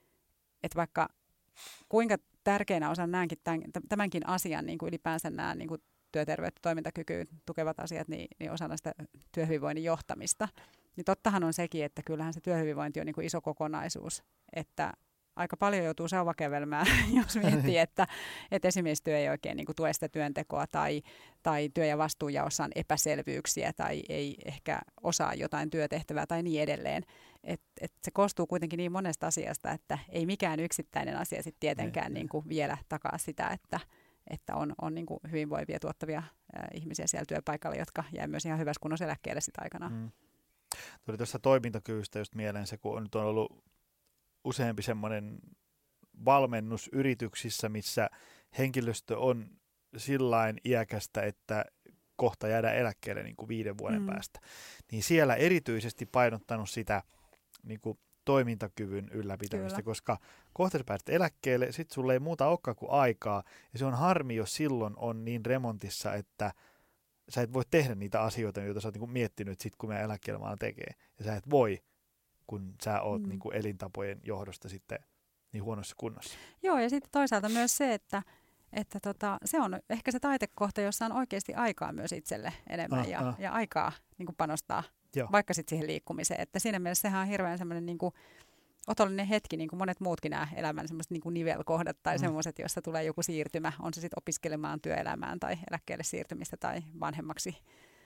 että vaikka kuinka tärkeänä osan näenkin tämän, tämänkin asian, niin kuin ylipäänsä nämä niin kuin työterveyttä, toimintakykyä tukevat asiat, niin, niin osana sitä työhyvinvoinnin johtamista. Niin tottahan on sekin, että kyllähän se työhyvinvointi on niin kuin iso kokonaisuus, että aika paljon joutuu sauvakävelmään, jos miettii, että, että esimiestyö ei oikein niin kuin tue sitä työntekoa tai, tai työ- ja vastuunjaossa on epäselvyyksiä tai ei ehkä osaa jotain työtehtävää tai niin edelleen. Et, et se koostuu kuitenkin niin monesta asiasta, että ei mikään yksittäinen asia sitten tietenkään niin kuin vielä takaa sitä, että, että on, on niin kuin hyvinvoivia tuottavia ää, ihmisiä siellä työpaikalla, jotka jää myös ihan hyvässä kunnossa eläkkeelle sitä aikanaan. Mm. Tuli tuossa toimintakyvystä just mieleen se, kun on nyt on ollut useampi semmoinen valmennus yrityksissä, missä henkilöstö on sillain iäkästä, että kohta jäädään eläkkeelle niin kuin viiden vuoden mm. päästä. Niin siellä erityisesti painottanut sitä niin kuin toimintakyvyn ylläpitämistä, Kyllä. koska kohta sä pääset eläkkeelle, sit sulle ei muuta olekaan kuin aikaa, ja se on harmi, jos silloin on niin remontissa, että sä et voi tehdä niitä asioita, joita sä oot niin kuin miettinyt sit, kun meidän eläkkeellä tekee, ja sä et voi, kun sä oot mm. niin kuin elintapojen johdosta sitten niin huonossa kunnossa. Joo, ja sitten toisaalta myös se, että, että tota, se on ehkä se taitekohta, jossa on oikeasti aikaa myös itselle enemmän ah, ja, ah. ja aikaa niin kuin panostaa Joo. vaikka sitten siihen liikkumiseen. Että siinä mielessä sehän on hirveän semmoinen niin kuin otollinen hetki, niin kuin monet muutkin nämä elämän semmoiset niin kuin nivelkohdat tai mm. semmoiset, joissa tulee joku siirtymä, on se sitten opiskelemaan, työelämään tai eläkkeelle siirtymistä tai vanhemmaksi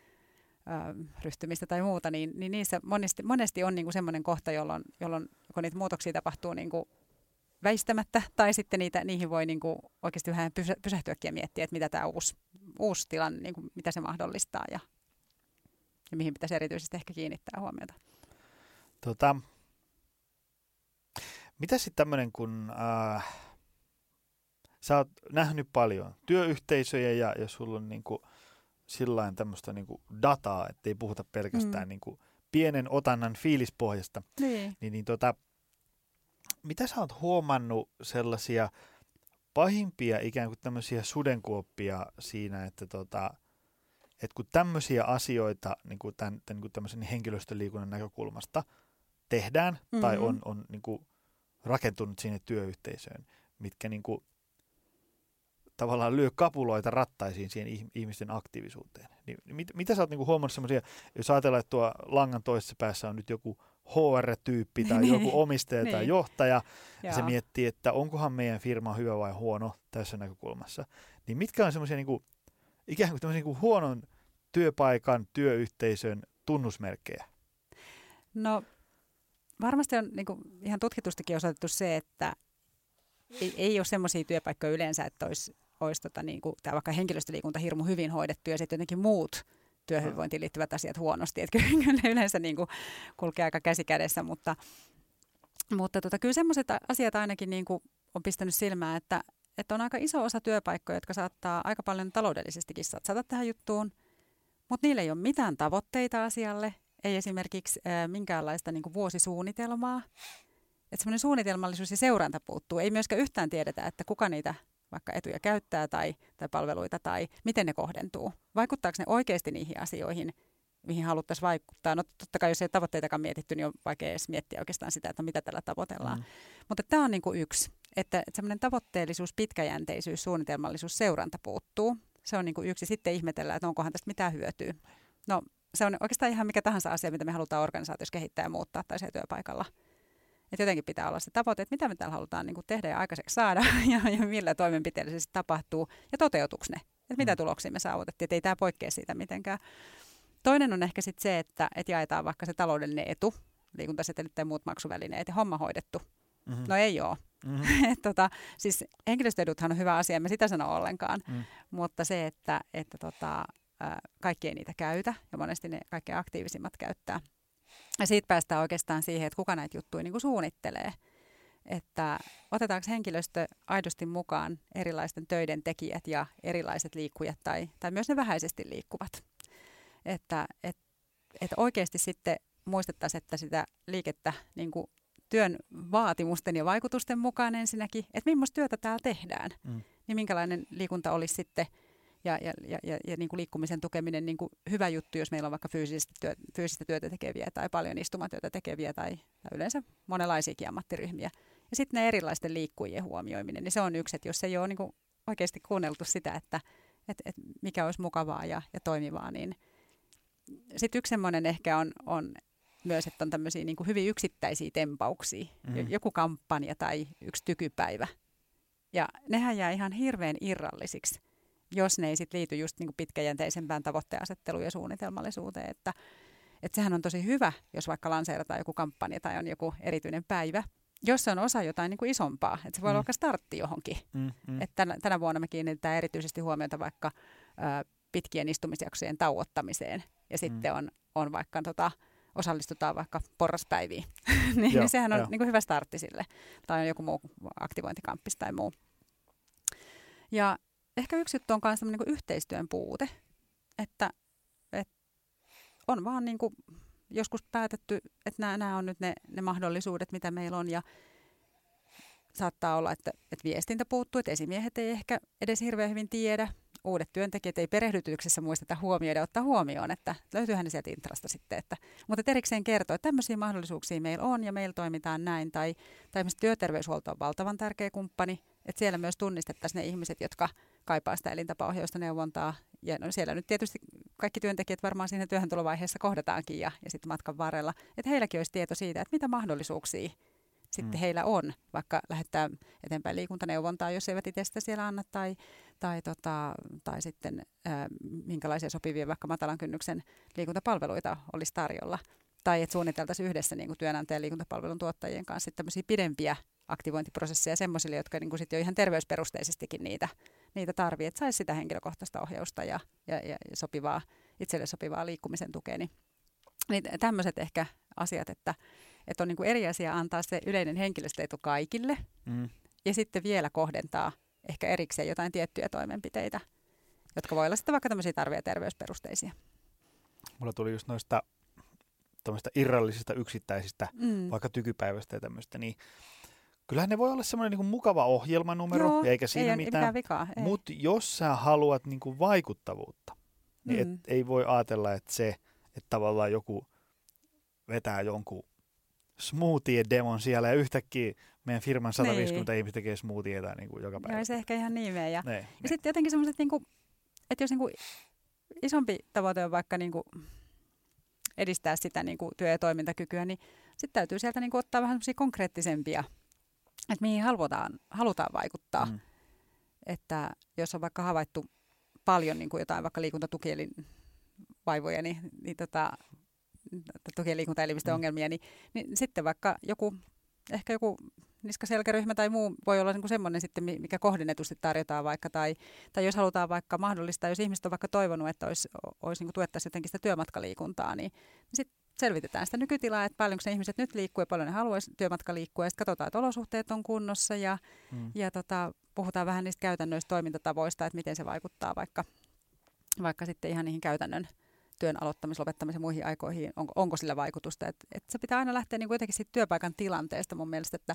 ryhtymistä tai muuta, niin, niin niissä monesti, monesti on niinku semmoinen kohta, jolloin, jolloin kun niitä muutoksia tapahtuu niinku väistämättä, tai sitten niitä, niihin voi niinku oikeasti vähän pysä, pysähtyäkin ja miettiä, että mitä tämä uusi, uusi tilanne, niinku, mitä se mahdollistaa ja, ja mihin pitäisi erityisesti ehkä kiinnittää huomiota. Tota, mitä sitten tämmöinen, kun äh, sä oot nähnyt paljon työyhteisöjä ja, ja sulla on niinku sillain tämmöistä niinku dataa, ettei puhuta pelkästään mm. niinku pienen otannan fiilispohjasta. Niin. Niin, niin tota, mitä sä oot huomannut sellaisia pahimpia ikään kuin tämmöisiä sudenkuoppia siinä, että tota, et kun tämmöisiä asioita niinku tämän, tämän, niinku tämmöisen henkilöstöliikunnan näkökulmasta tehdään mm-hmm. tai on, on niinku rakentunut sinne työyhteisöön, mitkä niinku tavallaan lyö kapuloita rattaisiin siihen ihmisten aktiivisuuteen. Niin, mit, mitä sä oot niinku huomannut semmoisia, jos ajatellaan, että tuo langan toisessa päässä on nyt joku H R-tyyppi tai Niin. joku omistaja tai Niin. johtaja, ja Joo. se miettii, että onkohan meidän firma hyvä vai huono tässä näkökulmassa. Niin mitkä on semmoisia niin kuin, ikään kuin tämmöisiä niin kuin huonon työpaikan, työyhteisön tunnusmerkkejä? No varmasti on niin kuin ihan tutkitustikin osoitettu se, että ei, ei ole semmoisia työpaikkoja yleensä, että olisi, olisi tota, niin kuin, tai vaikka henkilöstöliikunta hirmu hyvin hoidettu ja sitten jotenkin muut työhyvinvointiin liittyvät asiat huonosti. Että kyllä ne yleensä niin kuin kulkee aika käsi kädessä, mutta, mutta tota, kyllä semmoiset asiat ainakin niin kuin on pistänyt silmään, että, että on aika iso osa työpaikkoja, jotka saattaa aika paljon taloudellisestikin satsata tähän juttuun, mutta niillä ei ole mitään tavoitteita asialle, ei esimerkiksi äh, minkäänlaista niin kuin vuosisuunnitelmaa. Että semmoinen suunnitelmallisuus ja seuranta puuttuu. Ei myöskään yhtään tiedetä, että kuka niitä vaikka etuja käyttää tai, tai palveluita tai miten ne kohdentuu. Vaikuttaako ne oikeasti niihin asioihin, mihin haluttaisiin vaikuttaa? No totta kai, jos ei tavoitteitakaan mietitty, niin on vaikea edes miettiä oikeastaan sitä, että mitä tällä tavoitellaan. Mm. Mutta tämä on niin kuin yksi, että semmoinen tavoitteellisuus, pitkäjänteisyys, suunnitelmallisuus, seuranta puuttuu. Se on niin kuin yksi. Sitten ihmetellään, että onkohan tästä mitään hyötyä. No se on oikeastaan ihan mikä tahansa asia, mitä me halutaan organisaatiossa kehittää ja muuttaa tai siellä työpaikalla. Että jotenkin pitää olla se tavoite, että mitä me täällä halutaan niin kuin tehdä ja aikaiseksi saada ja, ja millä toimenpiteillä se sitten tapahtuu ja toteutuuko ne. Että mitä tuloksia me saavutettiin, että ei tämä poikkea siitä mitenkään. Toinen on ehkä sitten se, että, että jaetaan vaikka se taloudellinen etu, liikuntasetelit tai muut maksuvälineet ja homma hoidettu. Mm-hmm. No ei ole. Mm-hmm. tota, siis henkilöstöeduthan on hyvä asia, en mä sitä sano ollenkaan, mm. mutta se, että, että tota, kaikki ei niitä käytä ja monesti ne kaikkein aktiivisimmat käyttää. Ja siitä päästään oikeastaan siihen, että kuka näitä juttuja niin kuin suunnittelee. Että otetaanko henkilöstö aidosti mukaan erilaisten töiden tekijät ja erilaiset liikkujat tai, tai myös ne vähäisesti liikkuvat. Että et, et oikeasti sitten muistettaisiin, että sitä liikettä niin kuin työn vaatimusten ja vaikutusten mukaan ensinnäkin, että millaista työtä täällä tehdään, mm. niin minkälainen liikunta olisi sitten ja, ja, ja, ja, ja niin kuin liikkumisen tukeminen niin kuin hyvä juttu, jos meillä on vaikka fyysistä, työ, fyysistä työtä tekeviä tai paljon istumatyötä tekeviä tai, tai yleensä monenlaisiakin ammattiryhmiä. Ja sitten ne erilaisten liikkujien huomioiminen, niin se on yksi, että jos ei ole niin kuin oikeasti kuunneltu sitä, että et, et mikä olisi mukavaa ja, ja toimivaa, niin sitten yksi semmoinen ehkä on, on myös, että on tämmöisiä niin kuin hyvin yksittäisiä tempauksia, mm. joku kampanja tai yksi tykypäivä. Ja nehän jää ihan hirveän irrallisiksi, jos ne ei sit liity just niin kuin pitkäjänteisempään tavoitteasetteluun ja suunnitelmallisuuteen. Että, että sehän on tosi hyvä, jos vaikka lanseerataan joku kampanja tai on joku erityinen päivä, jos se on osa jotain niin kuin isompaa. Että se voi mm. olla vaikka startti johonkin. Mm, mm. Että tänä, tänä vuonna me kiinnitetään erityisesti huomiota vaikka ä, pitkien istumisjaksojen tauottamiseen. Ja mm. sitten on, on vaikka tota, osallistutaan vaikka porraspäiviin. niin, joo, niin sehän on niin kuin hyvä startti sille. Tai on joku muu aktivointikamppis tai muu. Ja ehkä yksi juttu on myös niin kuin yhteistyön puute. Että, että on vaan niin kuin joskus päätetty, että nämä, nämä on nyt ne, ne mahdollisuudet, mitä meillä on. Ja saattaa olla, että, että viestintä puuttuu, että esimiehet ei ehkä edes hirveän hyvin tiedä. Uudet työntekijät ei perehdytyksessä muisteta huomioida, ottaa huomioon, että löytyyhän ne sieltä intrasta sitten. Että, mutta että erikseen kertoo, että tämmöisiä mahdollisuuksia meillä on ja meillä toimitaan näin. Tai, tai esimerkiksi työterveyshuolto on valtavan tärkeä kumppani, että siellä myös tunnistettaisiin ne ihmiset, jotka kaipaa sitä elintapaohjausta, neuvontaa. Ja no siellä nyt tietysti kaikki työntekijät varmaan siinä työhöntulovaiheessa kohdataankin ja, ja sitten matkan varrella. Että heilläkin olisi tieto siitä, että mitä mahdollisuuksia sitten mm. heillä on, vaikka lähettää eteenpäin liikuntaneuvontaa, jos eivät itse sitä siellä anna, tai, tai, tota, tai sitten ää, minkälaisia sopivia vaikka matalan kynnyksen liikuntapalveluita olisi tarjolla. Tai että suunniteltaisiin yhdessä niin kuin työnantajan liikuntapalvelun tuottajien kanssa tämmöisiä pidempiä aktivointiprosesseja semmoisille, jotka niin kuin sitten jo ihan terveysperusteisestikin niitä, niitä tarvitsee, että saisi sitä henkilökohtaista ohjausta ja, ja, ja sopivaa, itselle sopivaa liikkumisen tukea. Niin, niin tämmöiset ehkä asiat, että Että on niin kuin eri asia antaa se yleinen henkilöstöetu kaikille mm. ja sitten vielä kohdentaa ehkä erikseen jotain tiettyjä toimenpiteitä, jotka voi olla sitten vaikka tämmöisiä tarve- ja terveysperusteisia. Mulla tuli just noista irrallisista yksittäisistä, mm. vaikka tykypäivästä ja tämmöistä, niin kyllähän ne voi olla semmoinen niin kuin mukava ohjelmanumero, Joo, eikä siinä ei, mitään, mitään vikaa. Mutta jos sä haluat niin kuin vaikuttavuutta, niin mm. et, ei voi ajatella, että se, että tavallaan joku vetää jonkun smoothie-demon siellä ja yhtäkkiä meidän firman sata viisikymmentä niin. ihmistä tekee smoothieita niin kuin joka päivä. Joo, se ehkä ihan niin mene. Ja, ne, ja ne. sitten jotenkin semmoiset, niin kuin, että jos niin kuin isompi tavoite on vaikka, niin kuin, edistää sitä niin kuin työ- ja toimintakykyä, niin sitten täytyy sieltä niin kuin ottaa vähän semmoisia konkreettisempia, että mihin halutaan, halutaan vaikuttaa. Mm. Että jos on vaikka havaittu paljon niin kuin jotain vaikka liikuntatukielin vaivoja, niin, niin tota, tuki- ja liikuntaelimistön mm. ongelmia, niin, niin sitten vaikka joku, ehkä joku niskaselkäryhmä tai muu voi olla niin kuin semmoinen sitten, mikä kohdennetusti tarjotaan vaikka, tai, tai jos halutaan vaikka mahdollistaa, jos ihmiset on vaikka toivonut, että olisi, olisi niin kuin tuettaisiin jotenkin sitä työmatkaliikuntaa, niin, niin sitten selvitetään sitä nykytilaa, että paljonko ne ihmiset nyt liikkuu ja paljon ne haluaisi työmatkaliikkua, ja sitten katsotaan, että olosuhteet on kunnossa, ja, mm. ja tota, puhutaan vähän niistä käytännöistä toimintatavoista, että miten se vaikuttaa vaikka, vaikka sitten ihan niihin käytännön työn aloittamis-, lopettamis- ja muihin aikoihin, onko, onko sillä vaikutusta. Että et se pitää aina lähteä niin kuin jotenkin siitä työpaikan tilanteesta mun mielestä, että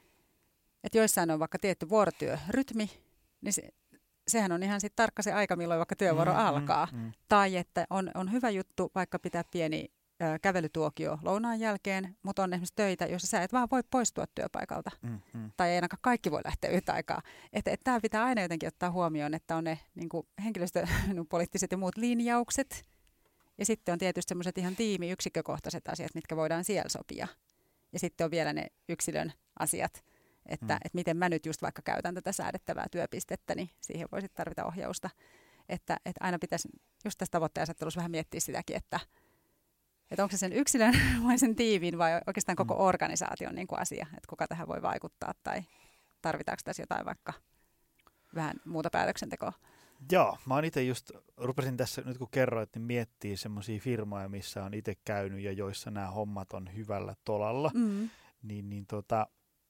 et joissain on vaikka tietty vuorotyörytmi, niin se, sehän on ihan sitten tarkka se aika, milloin vaikka työvuoro mm, alkaa. Mm, mm. Tai että on, on hyvä juttu vaikka pitää pieni ö, kävelytuokio lounaan jälkeen, mutta on esimerkiksi töitä, joissa sä et vaan voi poistua työpaikalta. Mm, mm. Tai ei ainakaan kaikki voi lähteä yhtä aikaa. Että et tämä pitää aina jotenkin ottaa huomioon, että on ne niin kuin henkilöstöpoliittiset ja muut linjaukset. Ja sitten on tietysti semmoiset ihan tiimi yksikkökohtaiset asiat, mitkä voidaan siellä sopia. Ja sitten on vielä ne yksilön asiat, että, mm. että miten mä nyt just vaikka käytän tätä säädettävää työpistettä, niin siihen voi sitten tarvita ohjausta. Että, että aina pitäisi just tässä tavoitteasettelussa vähän miettiä sitäkin, että, että onko se sen yksilön vai sen tiimin vai oikeastaan koko mm. organisaation niin kuin asia, että kuka tähän voi vaikuttaa tai tarvitaanko tässä jotain vaikka vähän muuta päätöksentekoa. Joo, mä oon itse just, rupesin tässä nyt kun kerroit, niin miettii semmoisia firmoja, missä on itse käynyt ja joissa nämä hommat on hyvällä tolalla. Mm. Niin, niin tota,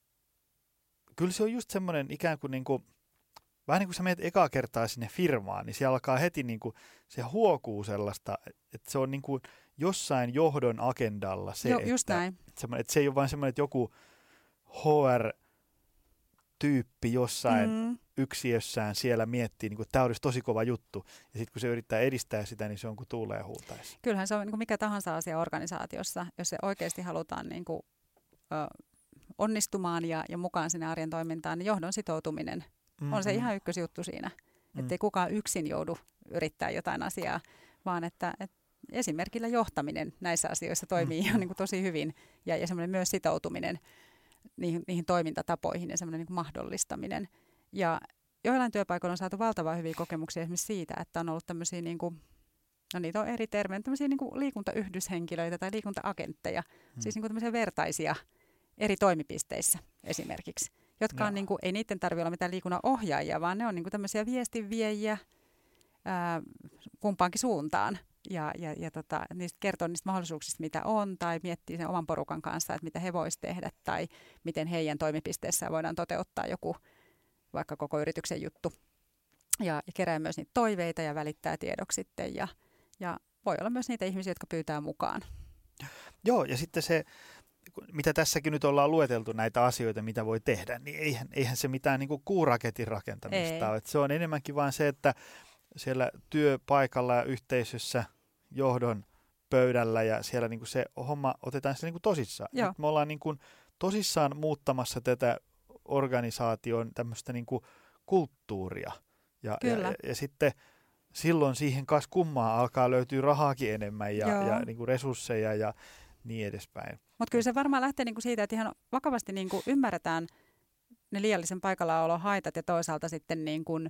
kyllä se on just semmoinen ikään kuin, niin kuin vähän niin kuin sä menet ekaa kertaa sinne firmaan, niin siellä alkaa heti niin kuin, se huokuu sellaista, että se on niin kuin jossain johdon agendalla se, jo, just että, että, että se ei ole vain semmoinen, että joku H R-tyyppi jossain mm. yksiössään siellä miettii, niin kuin, että tämä olisi tosi kova juttu, ja sitten kun se yrittää edistää sitä, niin se on kuin tuuleen huutaisi. Kyllähän se on niin kuin mikä tahansa asia organisaatiossa, jos se oikeasti halutaan niin kuin, ö, onnistumaan ja, ja mukaan sinne arjen toimintaan, niin johdon sitoutuminen mm-hmm. on se ihan ykkösjuttu siinä. Mm. Että ei kukaan yksin joudu yrittää jotain asiaa, vaan että, että esimerkillä johtaminen näissä asioissa toimii mm-hmm. ihan niin kuin tosi hyvin ja, ja semmoinen myös sitoutuminen niihin, niihin toimintatapoihin ja semmoinen niin kuin mahdollistaminen. Ja joillain työpaikoilla on saatu valtavan hyviä kokemuksia esimerkiksi siitä, että on ollut tämmöisiä, niin kuin, no niitä on eri termejä, tämmöisiä niin kuin liikuntayhdyshenkilöitä tai liikunta-agentteja, mm. siis niin kuin tämmöisiä vertaisia eri toimipisteissä esimerkiksi, jotka no. on, niin kuin, ei niiden tarvitse olla mitään liikunnan ohjaajia, vaan ne on niin kuin tämmöisiä viestinviejiä ää, kumpaankin suuntaan. Ja, ja, ja tota, niistä kertoo niistä mahdollisuuksista, mitä on, tai miettii sen oman porukan kanssa, että mitä he voisivat tehdä, tai miten heidän toimipisteessään voidaan toteuttaa joku vaikka koko yrityksen juttu. Ja, ja kerää myös niitä toiveita ja välittää tiedoksi sitten, ja, ja voi olla myös niitä ihmisiä, jotka pyytää mukaan. Joo, ja sitten se, mitä tässäkin nyt ollaan lueteltu näitä asioita, mitä voi tehdä, niin eihän, eihän se mitään niin kuin kuuraketin rakentamista ole. Se on enemmänkin vain se, että siellä työpaikalla ja yhteisössä johdon pöydällä ja siellä niin kuin se homma otetaan sitä niin kuin tosissaan. Me ollaan niin kuin tosissaan muuttamassa tätä organisaation tämmöistä niin kuin kulttuuria. Ja, ja, ja, ja sitten silloin siihen kas kummaa alkaa löytyä rahaakin enemmän ja, ja niin kuin resursseja ja niin edespäin. Mutta kyllä se varmaan lähtee niin kuin siitä, että ihan vakavasti niin kuin ymmärretään ne liiallisen paikallaolon haitat ja toisaalta sitten niin kuin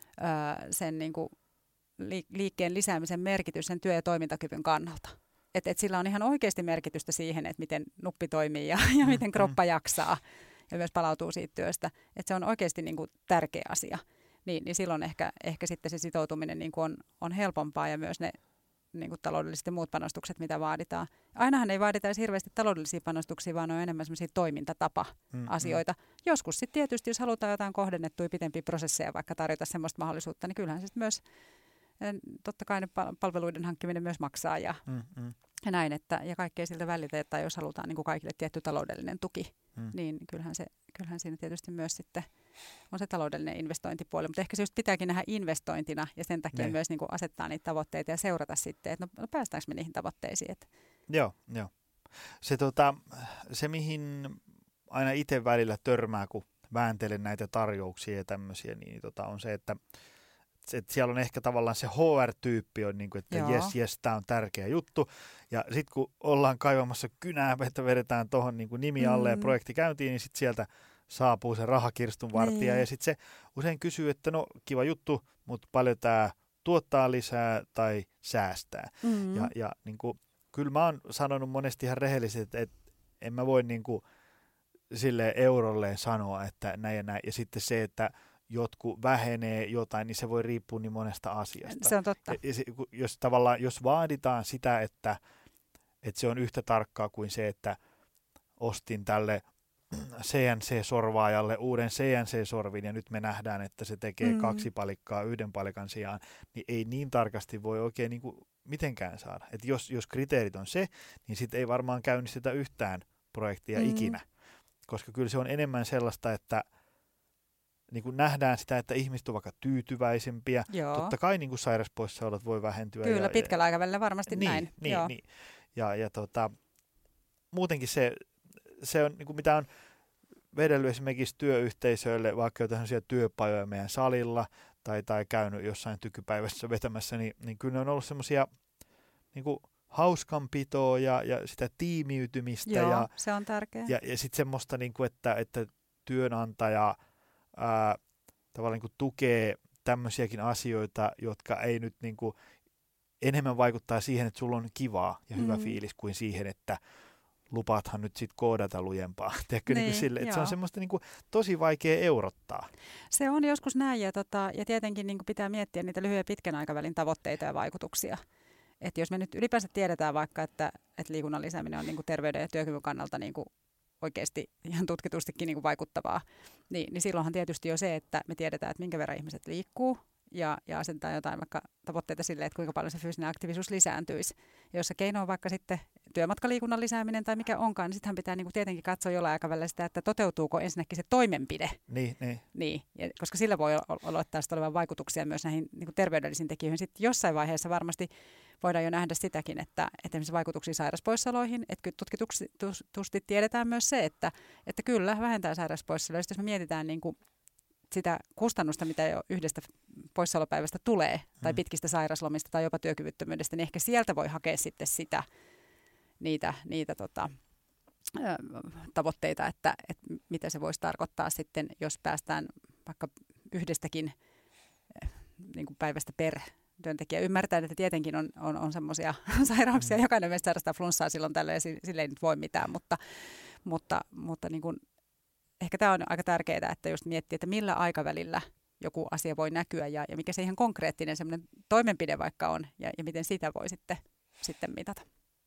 sen niin kuin liikkeen lisäämisen merkitys sen työ- ja toimintakyvyn kannalta. Että et sillä on ihan oikeasti merkitystä siihen, että miten nuppi toimii ja, ja miten kroppa jaksaa ja myös palautuu siitä työstä. Että se on oikeasti niin kuin tärkeä asia. Niin, niin silloin ehkä, ehkä sitten se sitoutuminen niin kuin on, on helpompaa ja myös ne niin kuin taloudelliset ja muut panostukset, mitä vaaditaan. Ainahan ei vaadita edes hirveästi taloudellisia panostuksia, vaan on enemmän semmoisia toimintatapa-asioita. Mm, mm. Joskus sitten tietysti, jos halutaan jotain kohdennettuja pitempiä prosesseja, vaikka tarjota semmoista mahdollisuutta, niin kyllähän se myös, totta kai ne palveluiden hankkiminen myös maksaa ja, mm, mm. ja näin, että, ja kaikkea siltä väliltä, että jos halutaan niin kuin kaikille tietty taloudellinen tuki, mm. niin kyllähän, se, kyllähän siinä tietysti myös sitten on se taloudellinen investointipuoli, mutta ehkä se just pitääkin nähdä investointina ja sen takia ne. myös niin kuin asettaa niitä tavoitteita ja seurata sitten, että no, no päästäänkö me niihin tavoitteisiin. Että. Joo, joo. Se, tota, se mihin aina itse välillä törmää, kun vääntelen näitä tarjouksia ja tämmöisiä, niin tota, on se, että et siellä on ehkä tavallaan se H R-tyyppi on niin kuin, että Joo. jes, jes, tämä on tärkeä juttu. Ja sitten kun ollaan kaivamassa kynää, että vedetään tuohon niin kuin nimi alle mm. ja projekti käyntiin, niin sitten sieltä saapuu se rahakirstun vartija. Niin. Ja sitten se usein kysyy, että no kiva juttu, mutta paljon tämä tuottaa lisää tai säästää. Mm. Ja, ja niin kuin, kyllä mä oon sanonut monesti ihan rehellisesti, että, että en mä voi niin kuin, sille eurolleen sanoa, että näin ja näin. Ja sitten se, että jotkut vähenee jotain, niin se voi riippua niin monesta asiasta. Se on totta. Ja, ja se, jos tavallaan, jos vaaditaan sitä, että, että se on yhtä tarkkaa kuin se, että ostin tälle C N C-sorvaajalle uuden C N C-sorvin ja nyt me nähdään, että se tekee mm. kaksi palikkaa yhden palikan sijaan, niin ei niin tarkasti voi oikein niin kuin mitenkään saada. Et jos, jos kriteerit on se, niin sitten ei varmaan käynnistetä yhtään projektia mm. ikinä, koska kyllä se on enemmän sellaista, että niin kuin nähdään sitä, että ihmiset ovat vaikka tyytyväisempiä. Joo. Totta kai niin kuin sairauspoissaolot voi vähentyä. Kyllä, ja, pitkällä aikavälillä varmasti niin, näin. Niin, Joo. niin. Ja, ja tota, muutenkin se, se on, niin kuin mitä on vedellyt esimerkiksi työyhteisöille, vaikka jotain työpajoja meidän salilla tai, tai käynyt jossain tykypäivässä vetämässä, niin, niin kyllä ne on ollut semmoisia niin kuin hauskanpitoa ja, ja sitä tiimiytymistä. Joo, ja, se on tärkeää. Ja, ja sitten semmoista, niin kuin, että, että työnantaja ää, tavallaan niin kuin tukee tämmöisiäkin asioita, jotka ei nyt niin kuin, enemmän vaikuttaa siihen, että sulla on kivaa ja hyvä mm. fiilis kuin siihen, että lupaathan nyt sitten koodata lujempaa. Tiedätkö, niin, niin kuin sille, että se on semmoista niin kuin, tosi vaikea eurottaa. Se on joskus näin ja, tota, ja tietenkin niin kuin pitää miettiä niitä lyhyen ja pitkän aikavälin tavoitteita ja vaikutuksia. Että jos me nyt ylipäänsä tiedetään vaikka, että, että liikunnan lisääminen on niin kuin terveyden ja työkyvyn kannalta niin kuin oikeasti ihan tutkitustikin niin kuin vaikuttavaa, niin, niin silloinhan tietysti jo se, että me tiedetään, että minkä verran ihmiset liikkuu ja, ja asetetaan jotain vaikka tavoitteita sille, että kuinka paljon se fyysinen aktiivisuus lisääntyisi. Ja jos se keino on vaikka sitten työmatkaliikunnan lisääminen tai mikä onkaan, niin sittenhän pitää niin kuin tietenkin katsoa jollain aikavälillä sitä, että toteutuuko ensinnäkin se toimenpide. Niin, niin. niin ja, koska sillä voi olettaa olevan vaikutuksia myös näihin niin kuin terveydellisiin tekijöihin. Sitten jossain vaiheessa varmasti voidaan jo nähdä sitäkin, että, että esimerkiksi vaikutuksia sairauspoissaoloihin, että kyllä tutkitusti tiedetään myös se, että, että kyllä vähentää sairauspoissaoloja. Jos me mietitään niin kuin sitä kustannusta, mitä jo yhdestä poissaolopäivästä tulee, tai pitkistä sairaslomista tai jopa työkyvyttömyydestä, niin ehkä sieltä voi hakea sitten sitä, niitä, niitä tota, tavoitteita, että, että mitä se voisi tarkoittaa sitten, jos päästään vaikka yhdestäkin niin kuin päivästä per työntekijä. Ymmärtää, että tietenkin on, on, on semmoisia sairauksia, mm. jokainen meistä sairastaa flunssaa silloin tällöin, ja sille ei nyt voi mitään, mutta, mutta, mutta niin kuin, ehkä tämä on aika tärkeää, että just miettii, että millä aikavälillä joku asia voi näkyä ja, ja mikä se ihan konkreettinen semmoinen toimenpide vaikka on ja, ja miten sitä voi sitten, sitten mitata.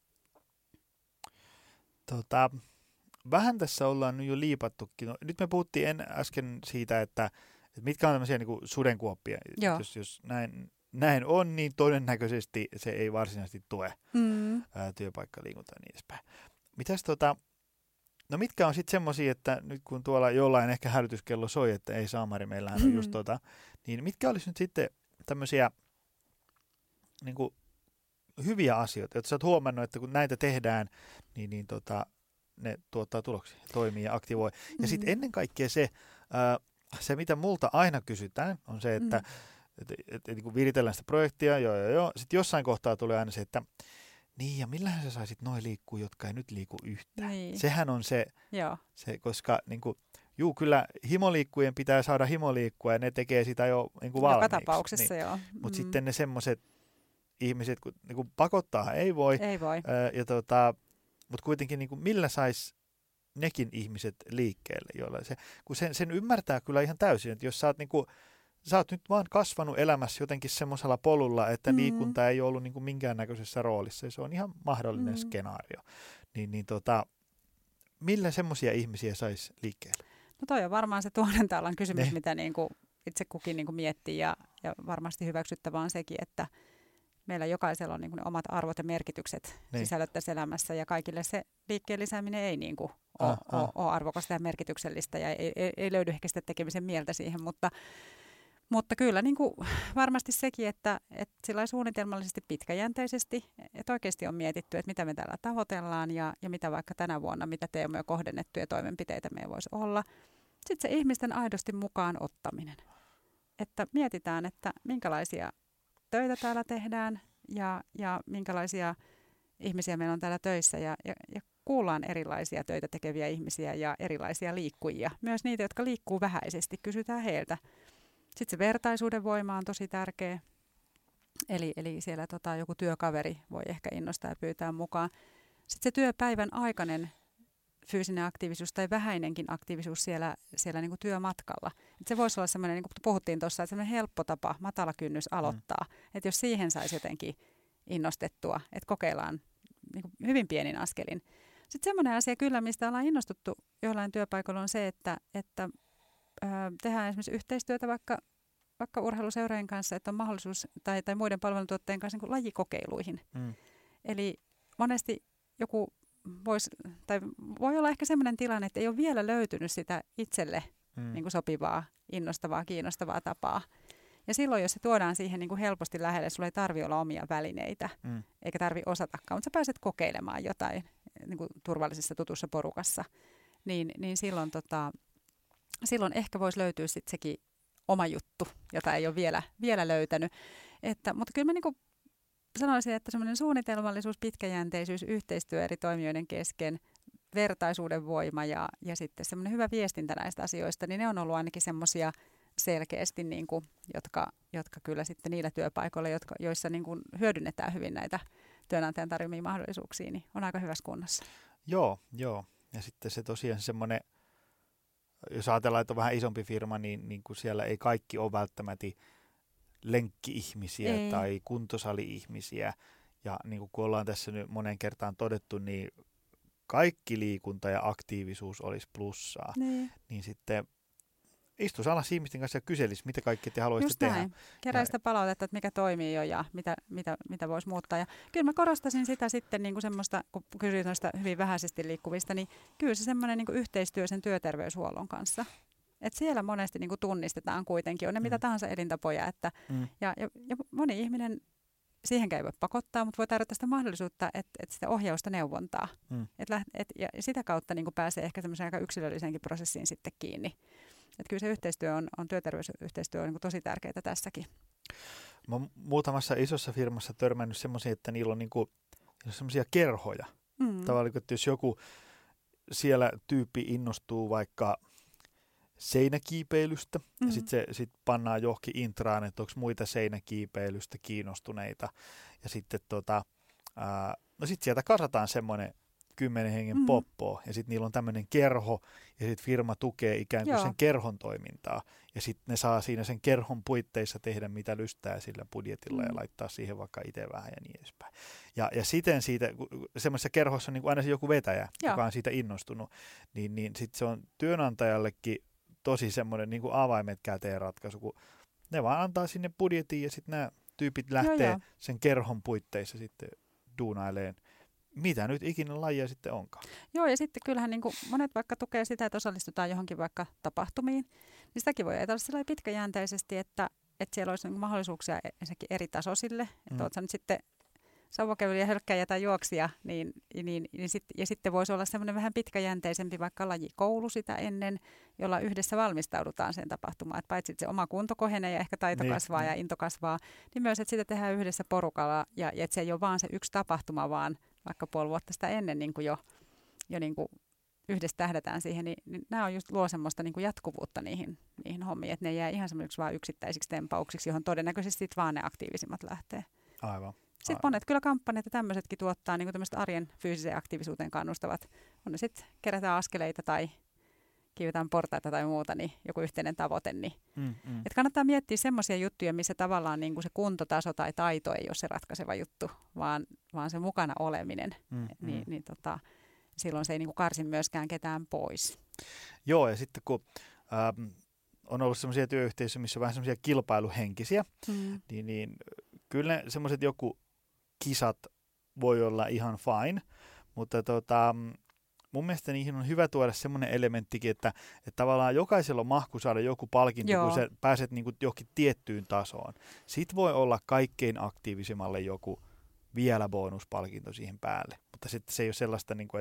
Tota, vähän tässä ollaan nyt jo liipattukin. No, nyt me puhuttiin en äsken siitä, että, että mitkä on tämmöisiä niin kuin sudenkuoppia. Jos, jos näin, näin on, niin todennäköisesti se ei varsinaisesti tue mm. ää, työpaikkaliikuntaa ja niin edespäin. Mitäs tota... No mitkä on sitten semmoisia, että nyt kun tuolla jollain ehkä hälytyskello soi, että ei saamari, meillähän on just tota, niin mitkä olisi nyt sitten tämmöisiä niin kuin hyviä asioita, joita sä oot huomannut, että kun näitä tehdään, niin, niin tota, ne tuottaa tuloksia, toimii ja aktivoi. Ja mm-hmm. sitten ennen kaikkea se, ää, se, mitä multa aina kysytään, on se, että mm-hmm. et, et, et, niin viritellään sitä projektia, joo joo joo, sitten jossain kohtaa tulee aina se, että niin, ja millähän sä saisit noin liikkuu, jotka ei nyt liiku yhtään. Niin. Sehän on se, se koska niin kuin, juu, kyllä himoliikkujen pitää saada himoliikkua, ja ne tekee sitä jo niin kuin valmiiksi. Joka tapauksessa, niin. joo. Mutta mm. sitten ne semmoiset ihmiset, kun niin kuin pakottaa ei voi. Ei voi. Ää, ja tota, mutta kuitenkin niin kuin, millä sais nekin ihmiset liikkeelle, joilla se, kun sen, sen ymmärtää kyllä ihan täysin, että jos sä oot niin kuin, sä oot nyt vaan kasvanut elämässä jotenkin semmoisella polulla, että mm. liikunta ei ollut niin kuin minkäännäköisessä roolissa. Ja se on ihan mahdollinen mm. skenaario. Niin, niin tota, millä semmoisia ihmisiä saisi liikkeelle? No toi on varmaan se tuoden taalan kysymys, ne. mitä niin kuin itse kukin niin kuin miettii. Ja, ja varmasti hyväksyttävää on sekin, että meillä jokaisella on niin kuin ne omat arvot ja merkitykset ne. sisällöt tässä elämässä. Ja kaikille se liikkeen lisääminen ei niin kuin ole, ah, ole, ah. ole arvokasta ja merkityksellistä. Ja ei, ei, ei löydy ehkä sitä tekemisen mieltä siihen, mutta... Mutta kyllä niin kuin varmasti sekin, että, että sillä suunnitelmallisesti pitkäjänteisesti, että oikeasti on mietitty, että mitä me täällä tavoitellaan ja, ja mitä vaikka tänä vuonna, mitä teemoja kohdennettuja toimenpiteitä meillä voisi olla. Sitten se ihmisten aidosti mukaan ottaminen. että mietitään, että minkälaisia töitä täällä tehdään ja, ja minkälaisia ihmisiä meillä on täällä töissä ja, ja, ja kuullaan erilaisia töitä tekeviä ihmisiä ja erilaisia liikkujia. Myös niitä, jotka liikkuu vähäisesti, kysytään heiltä. Sitten se vertaisuuden voima on tosi tärkeä. Eli, eli siellä tota, joku työkaveri voi ehkä innostaa ja pyytää mukaan. Sitten se työpäivän aikainen fyysinen aktiivisuus tai vähäinenkin aktiivisuus siellä, siellä niin kuin työmatkalla. Et se voisi olla semmoinen, niin kuin puhuttiin tuossa, että semmoinen helppo tapa, matala kynnys aloittaa. Mm. Että jos siihen saisi jotenkin innostettua, että kokeillaan niin kuin hyvin pienin askelin. Sitten semmoinen asia kyllä, mistä ollaan innostuttu jollain työpaikalla on se, että, että ö, tehdään esimerkiksi yhteistyötä vaikka, vaikka urheiluseurojen kanssa, että on mahdollisuus tai, tai muiden palveluntuottajien kanssa niin kuin lajikokeiluihin. Mm. Eli monesti joku vois, tai voi olla ehkä sellainen tilanne, että ei ole vielä löytynyt sitä itselle mm. niin kuin sopivaa, innostavaa, kiinnostavaa tapaa. Ja silloin, jos se tuodaan siihen niin kuin helposti lähelle, sulla ei tarvitse olla omia välineitä, mm. eikä tarvitse osatakaan, mutta sä pääset kokeilemaan jotain niin kuin turvallisessa tutussa porukassa, niin, niin silloin, tota, silloin ehkä voisi löytyä sitten sekin oma juttu, jota ei ole vielä, vielä löytänyt. Että, mutta kyllä mä niin kuin sanoisin, että semmoinen suunnitelmallisuus, pitkäjänteisyys, yhteistyö eri toimijoiden kesken, vertaisuuden voima ja, ja sitten semmoinen hyvä viestintä näistä asioista, niin ne on ollut ainakin semmoisia selkeästi, niin kuin, jotka, jotka kyllä sitten niillä työpaikoilla, jotka, joissa niin kuin hyödynnetään hyvin näitä työnantajan tarjoamia mahdollisuuksia, niin on aika hyvässä kunnossa. Joo, joo. Ja sitten se tosiaan semmoinen, jos ajatellaan, että on vähän isompi firma, niin, niin kuin siellä ei kaikki ole välttämättä lenkki-ihmisiä ei. Tai kuntosali-ihmisiä. Ja niin kuin kun ollaan tässä nyt monen kertaan todettu, niin kaikki liikunta ja aktiivisuus olisi plussaa. Niin, niin sitten istuisi alas ihmisten kanssa ja kyselisi, mitä kaikki te haluaisitte tehdä. Just näin. Kerää sitä palautetta, että mikä toimii jo ja mitä, mitä, mitä voisi muuttaa. Ja kyllä mä korostaisin sitä sitten niin kuin semmoista, kun kysyit noista hyvin vähäisesti liikkuvista, niin kyllä se semmoinen niin kuin yhteistyö sen työterveyshuollon kanssa. Että siellä monesti niin kuin tunnistetaan kuitenkin, on ne mm. mitä tahansa elintapoja. Että, mm. ja, ja, ja moni ihminen siihenkään ei voi pakottaa, mutta voi tarjota sitä mahdollisuutta, että, että sitä ohjausta neuvontaa. Mm. Et läht, et, ja sitä kautta niin kuin pääsee ehkä semmoiseen aika yksilölliseenkin prosessiin sitten kiinni. Että kyllä se yhteistyö on, on työterveysyhteistyö on niin kuin tosi tärkeää tässäkin. Mä oon muutamassa isossa firmassa törmännyt semmoisia, että niillä on, niin kuin, on semmoisia kerhoja. Mm. Tavallaan, että jos joku siellä tyyppi innostuu vaikka seinäkiipeilystä, mm-hmm. ja sitten se sit pannaan johonkin intraan, että onko muita seinäkiipeilystä kiinnostuneita. Ja sitten tota, ää, no sit sieltä kasataan semmoinen kymmenen hengen mm-hmm. poppoa, ja sitten niillä on tämmöinen kerho, ja sitten firma tukee ikään kuin Joo. sen kerhon toimintaa, ja sitten ne saa siinä sen kerhon puitteissa tehdä mitä lystää sillä budjetilla, mm-hmm. ja laittaa siihen vaikka itse vähän ja niin edespäin. Ja, ja siten siitä, semmoisessa kerhossa on niin kuin aina se joku vetäjä, Joo. joka on siitä innostunut, niin, niin sitten se on työnantajallekin tosi semmoinen niin kuin avaimet käteen ratkaisu, kun ne vaan antaa sinne budjetin, ja sitten nämä tyypit lähtee Joo, sen kerhon puitteissa sitten duunaileen, mitä nyt ikinä lajia sitten onkaan. Joo, ja sitten kyllähän niin kuin monet vaikka tukee sitä, että osallistutaan johonkin vaikka tapahtumiin, niin sitäkin voi ajatella sillä pitkäjänteisesti, että, että siellä olisi niin kuin mahdollisuuksia ensinnäkin eri tasoisille, että mm. oot sä nyt sitten sauvakävelijä, hölkkäjä tai juoksija, niin, niin, niin sit, ja sitten voisi olla semmoinen vähän pitkäjänteisempi vaikka lajikoulu sitä ennen, jolla yhdessä valmistaudutaan sen tapahtumaan. Että paitsi että se oma kunto kohenee ja ehkä taito niin, kasvaa niin. ja into kasvaa, niin myös, että sitä tehdään yhdessä porukalla ja, ja että se ei ole vaan se yksi tapahtuma, vaan vaikka puoli vuotta sitä ennen niin kuin jo, jo niin kuin yhdessä tähdätään siihen, niin, niin nämä on just luo semmoista niin kuin jatkuvuutta niihin, niihin hommiin, että ne jää ihan semmoisiksi vaan yksittäisiksi tempauksiksi, johon todennäköisesti vaan ne aktiivisimmat lähtee. Aivan. Sitten monet kyllä kampanjat ja tämmöisetkin tuottaa niin tämmöiset arjen fyysiseen aktiivisuuteen kannustavat. On ne sitten kerätään askeleita tai kiivetään portaita tai muuta, niin joku yhteinen tavoite. Niin. Mm, mm. Et kannattaa miettiä semmoisia juttuja, missä tavallaan niin kuin se kuntotaso tai taito ei ole se ratkaiseva juttu, vaan, vaan se mukana oleminen. Mm, niin, mm. niin tota, silloin se ei niin kuin karsi myöskään ketään pois. Joo, ja sitten kun ähm, on ollut semmoisia työyhteisöjä, missä on vähän semmoisia kilpailuhenkisiä, mm. niin, niin kyllä semmoiset joku kisat voi olla ihan fine, mutta tota, mun mielestä niihin on hyvä tuoda semmoinen elementtikin, että, että tavallaan jokaisella on mahku saada joku palkinto, Joo. kun sä pääset niin kuin johonkin tiettyyn tasoon. Sitten voi olla kaikkein aktiivisimmalle joku vielä bonuspalkinto siihen päälle, mutta sitten se ei ole sellaista, niin kuin, että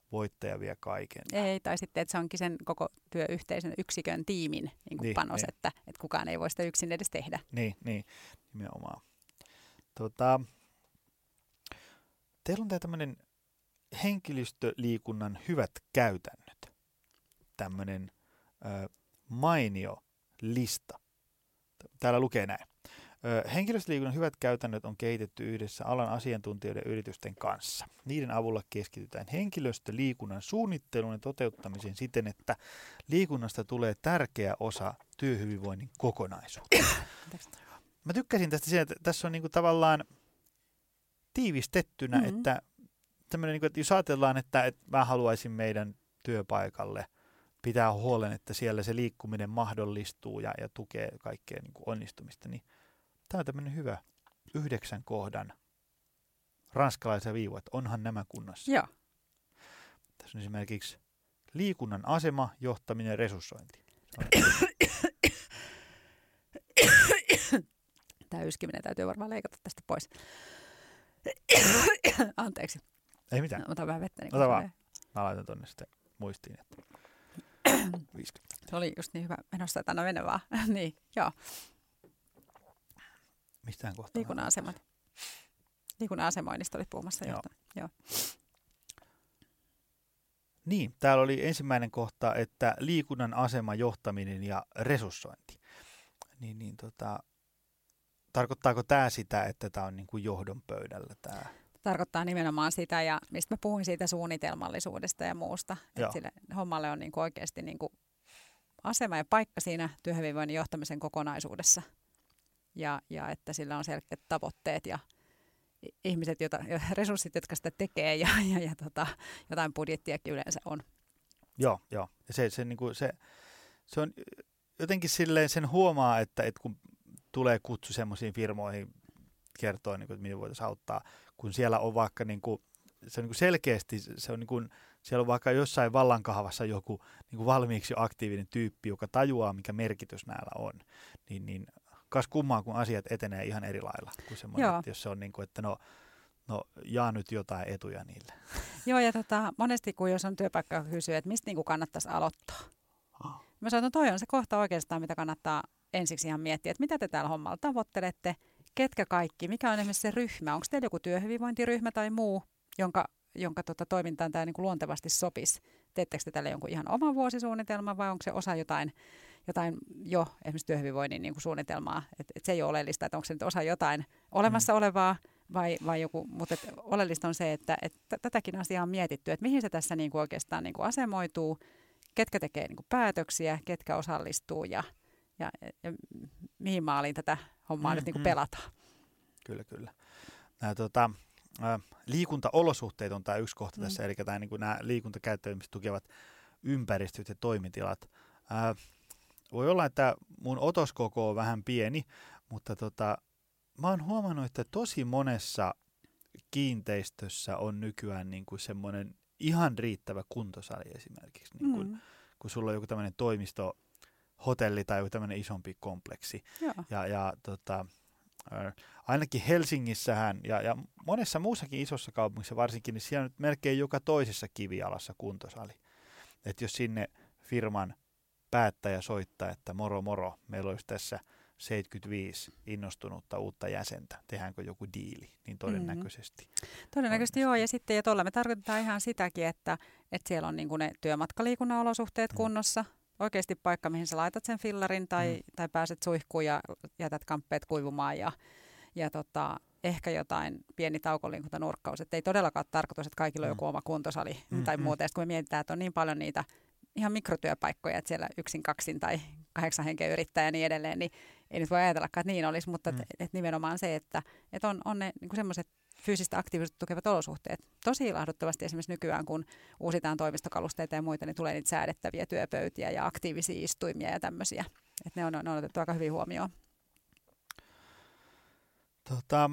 voittaja vie kaiken. Ei, tai sitten, että se onkin sen koko työyhteisön yksikön tiimin niin kuin niin, panos, niin. Että, että kukaan ei voi sitä yksin edes tehdä. Niin, niin nimenomaan. Tota, teillä on tämä tämmöinen henkilöstöliikunnan hyvät käytännöt. Tämmöinen ö, mainio lista. Täällä lukee näin. Ö, henkilöstöliikunnan hyvät käytännöt on kehitetty yhdessä alan asiantuntijoiden yritysten kanssa. Niiden avulla keskitytään henkilöstöliikunnan suunnitteluun ja toteuttamiseen siten, että liikunnasta tulee tärkeä osa työhyvinvoinnin kokonaisuutta. Mä tykkäsin tästä siinä, että tässä on niinku tavallaan tiivistettynä, mm-hmm. että, niinku, että jos ajatellaan, että, että mä haluaisin meidän työpaikalle pitää huolen, että siellä se liikkuminen mahdollistuu ja, ja tukee kaikkea niin kuin onnistumista, niin tämä on tämmöinen hyvä yhdeksän kohdan ranskalaisen viiva, että onhan nämä kunnossa. Joo. Tässä on esimerkiksi liikunnan asema, johtaminen ja resurssointi. Tämä yskiminen täytyy varmaan leikata tästä pois. Anteeksi. Ei mitään. Otan vähän vettä. Niin Ota vaan. Mä laitan tonne sitten muistiin, että viisikymmentä. Se oli just niin hyvä menossa, että anna mennä vaan. niin, joo. Mistään kohtaa? Liikunnan asemat. Liikunnan asemoinnista oli puhumassa. Joo. Joo. Niin, täällä oli ensimmäinen kohta, että liikunnan asema, johtaminen ja resurssointi. Niin, niin tota, tarkoittaako tämä sitä, että tämä on niin kuin johdon pöydällä tämä? Tarkoittaa nimenomaan sitä, ja mistä mä puhuin siitä suunnitelmallisuudesta ja muusta. Että sille hommalle on niin kuin oikeasti niin kuin asema ja paikka siinä työhyvinvoinnin johtamisen kokonaisuudessa. Ja, ja että sillä on selkeät tavoitteet ja ihmiset, jota, resurssit, jotka sitä tekee ja, ja, ja tota, jotain budjettiakin yleensä on. Joo, joo. Ja se, se, niin kuin se, se on jotenkin silleen, sen huomaa, että, että kun tulee kutsu semmoisiin firmoihin kertoa, niin kuin, että miten voitaisiin auttaa, kun siellä on vaikka niin kuin, se on niin kuin selkeästi, se on niin kuin, siellä on vaikka jossain vallankahvassa joku niin kuin valmiiksi jo aktiivinen tyyppi, joka tajuaa, mikä merkitys näillä on, niin, niin kas kummaa, kun asiat etenee ihan eri lailla kuin semmoinen, että jos se on niin kuin, että no, no jaa nyt jotain etuja niille. Joo, ja tota, monesti kun jos on työpaikka, joka kysyy, että mistä niin kuin kannattaisi aloittaa. Oh. Mä sanon, että toi on se kohta oikeastaan, mitä kannattaa ensiksi ihan miettiä, että mitä te täällä hommalla tavoittelette, ketkä kaikki, mikä on esimerkiksi se ryhmä, onko teillä joku työhyvinvointiryhmä tai muu, jonka, jonka tota, toimintaan tämä niin kuin luontevasti sopisi. Teettekö te tälle jonkun ihan oman vuosisuunnitelman vai onko se osa jotain, jotain jo esimerkiksi työhyvinvoinnin niin kuin suunnitelmaa, että et se ei ole oleellista, että onko se nyt osa jotain olemassa mm. olevaa vai, vai joku, mutta et oleellista on se, että et tätäkin asiaa on mietitty, että mihin se tässä niin kuin oikeastaan niin kuin asemoituu, ketkä tekee niin kuin päätöksiä, ketkä osallistuu ja, ja, ja mihin maaliin tätä hommaa mm, nyt niin kuin pelataan. Kyllä, kyllä. Nämä, tota, ä, liikuntaolosuhteet on tämä yksi kohta mm. tässä, eli tämä, niin kuin nämä liikuntakäyttäytymistä tukevat ympäristöt ja toimitilat. Ä, voi olla, että mun otoskoko on vähän pieni, mutta tota, mä oon huomannut, että tosi monessa kiinteistössä on nykyään niin kuin semmoinen ihan riittävä kuntosali esimerkiksi, niin kuin, mm. kun sulla on joku tämmöinen toimisto, hotelli tai joku tämmöinen isompi kompleksi. Joo. Ja, ja tota, äh, ainakin Helsingissähän ja, ja monessa muussakin isossa kaupungissa varsinkin, niin siellä on nyt melkein joka toisessa kivialassa kuntosali. Että jos sinne firman päättäjä soittaa, että moro moro, meillä olisi tässä seitsemänkymmentäviisi innostunutta uutta jäsentä, tehdäänkö joku diili, niin todennäköisesti. Mm-hmm. Todennäköisesti joo, ja sitten ja tuolla me tarkoitetaan ihan sitäkin, että, että siellä on niin kuin ne työmatkaliikunnan olosuhteet mm. kunnossa, oikeasti paikka, mihin sä laitat sen fillarin tai, mm. tai pääset suihkuun ja jätät kamppeet kuivumaan ja, ja tota, ehkä jotain pieni taukoliikuntanurkkaus, että ei todellakaan tarkoitus, että kaikilla on mm. joku oma kuntosali mm-hmm. tai muuta, ja sitten kun me mietitään, että on niin paljon niitä ihan mikrotyöpaikkoja, että siellä yksin, kaksin tai kahdeksan henkeä yrittää ja niin edelleen, niin ei nyt voi ajatellakaan, että niin olisi, mutta mm. et, et nimenomaan se, että et on, on ne niin semmoiset fyysistä aktiivisuutta tukevat olosuhteet. Tosi ilahduttavasti esimerkiksi nykyään, kun uusitaan toimistokalusteita ja muita, niin tulee niitä säädettäviä työpöytiä ja aktiivisia istuimia ja tämmöisiä. Että ne on, ne on otettu aika hyvin huomioon. Tota,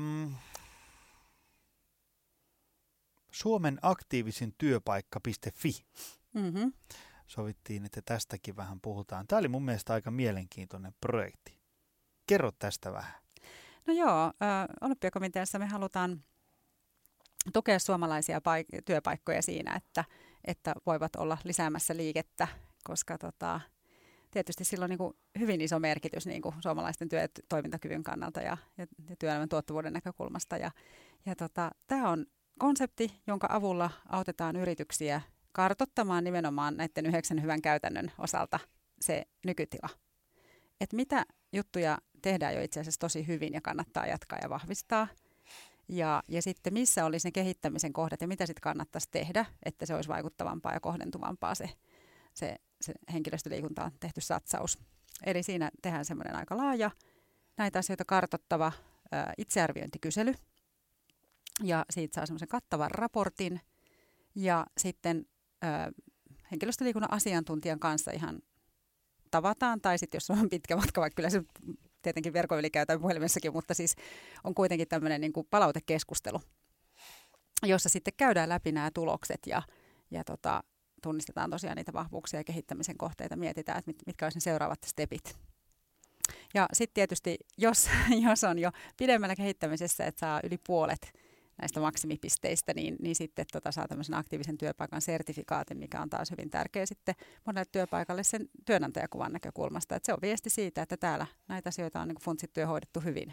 Suomen aktiivisin työpaikka piste fi. Mm-hmm. Sovittiin, että tästäkin vähän puhutaan. Tämä oli mun mielestä aika mielenkiintoinen projekti. Kerro tästä vähän. No joo, äh, Olympiakomiteassa me halutaan tukea suomalaisia paik- työpaikkoja siinä, että että voivat olla lisäämässä liikettä, koska tota, tietysti sillä on niin kuin hyvin iso merkitys niin kuin suomalaisten työ- ja toimintakyvyn kannalta ja, ja, ja työelämän tuottavuuden näkökulmasta. Ja, ja tota, tämä on konsepti, jonka avulla autetaan yrityksiä kartoittamaan nimenomaan näiden yhdeksän hyvän käytännön osalta se nykytila. Että mitä juttuja tehdään jo itse asiassa tosi hyvin ja kannattaa jatkaa ja vahvistaa. Ja, ja sitten missä olisi ne kehittämisen kohdat ja mitä sitten kannattaisi tehdä, että se olisi vaikuttavampaa ja kohdentuvampaa se, se, se henkilöstöliikuntaan tehty satsaus. Eli siinä tehdään semmoinen aika laaja, näitä asioita kartoittava ää, itsearviointikysely. Ja siitä saa semmoisen kattavan raportin. Ja sitten ää, henkilöstöliikunnan asiantuntijan kanssa ihan tavataan, tai sitten jos on pitkä matka, vaikka kyllä se tietenkin verkon yli käy tai puhelimessakin, mutta siis on kuitenkin tämmöinen niin kuin palautekeskustelu, jossa sitten käydään läpi nämä tulokset ja, ja tota, tunnistetaan tosiaan niitä vahvuuksia ja kehittämisen kohteita, mietitään, että mit, mitkä olisi ne seuraavat stepit. Ja sitten tietysti, jos, jos on jo pidemmällä kehittämisessä, että saa yli puolet näistä maksimipisteistä, niin, niin sitten tota saa tämmöisen aktiivisen työpaikan sertifikaatin, mikä on taas hyvin tärkeä sitten monelle työpaikalle sen työnantajakuvan näkökulmasta. Että se on viesti siitä, että täällä näitä asioita on niin kuin funtsittu ja hoidettu hyvin.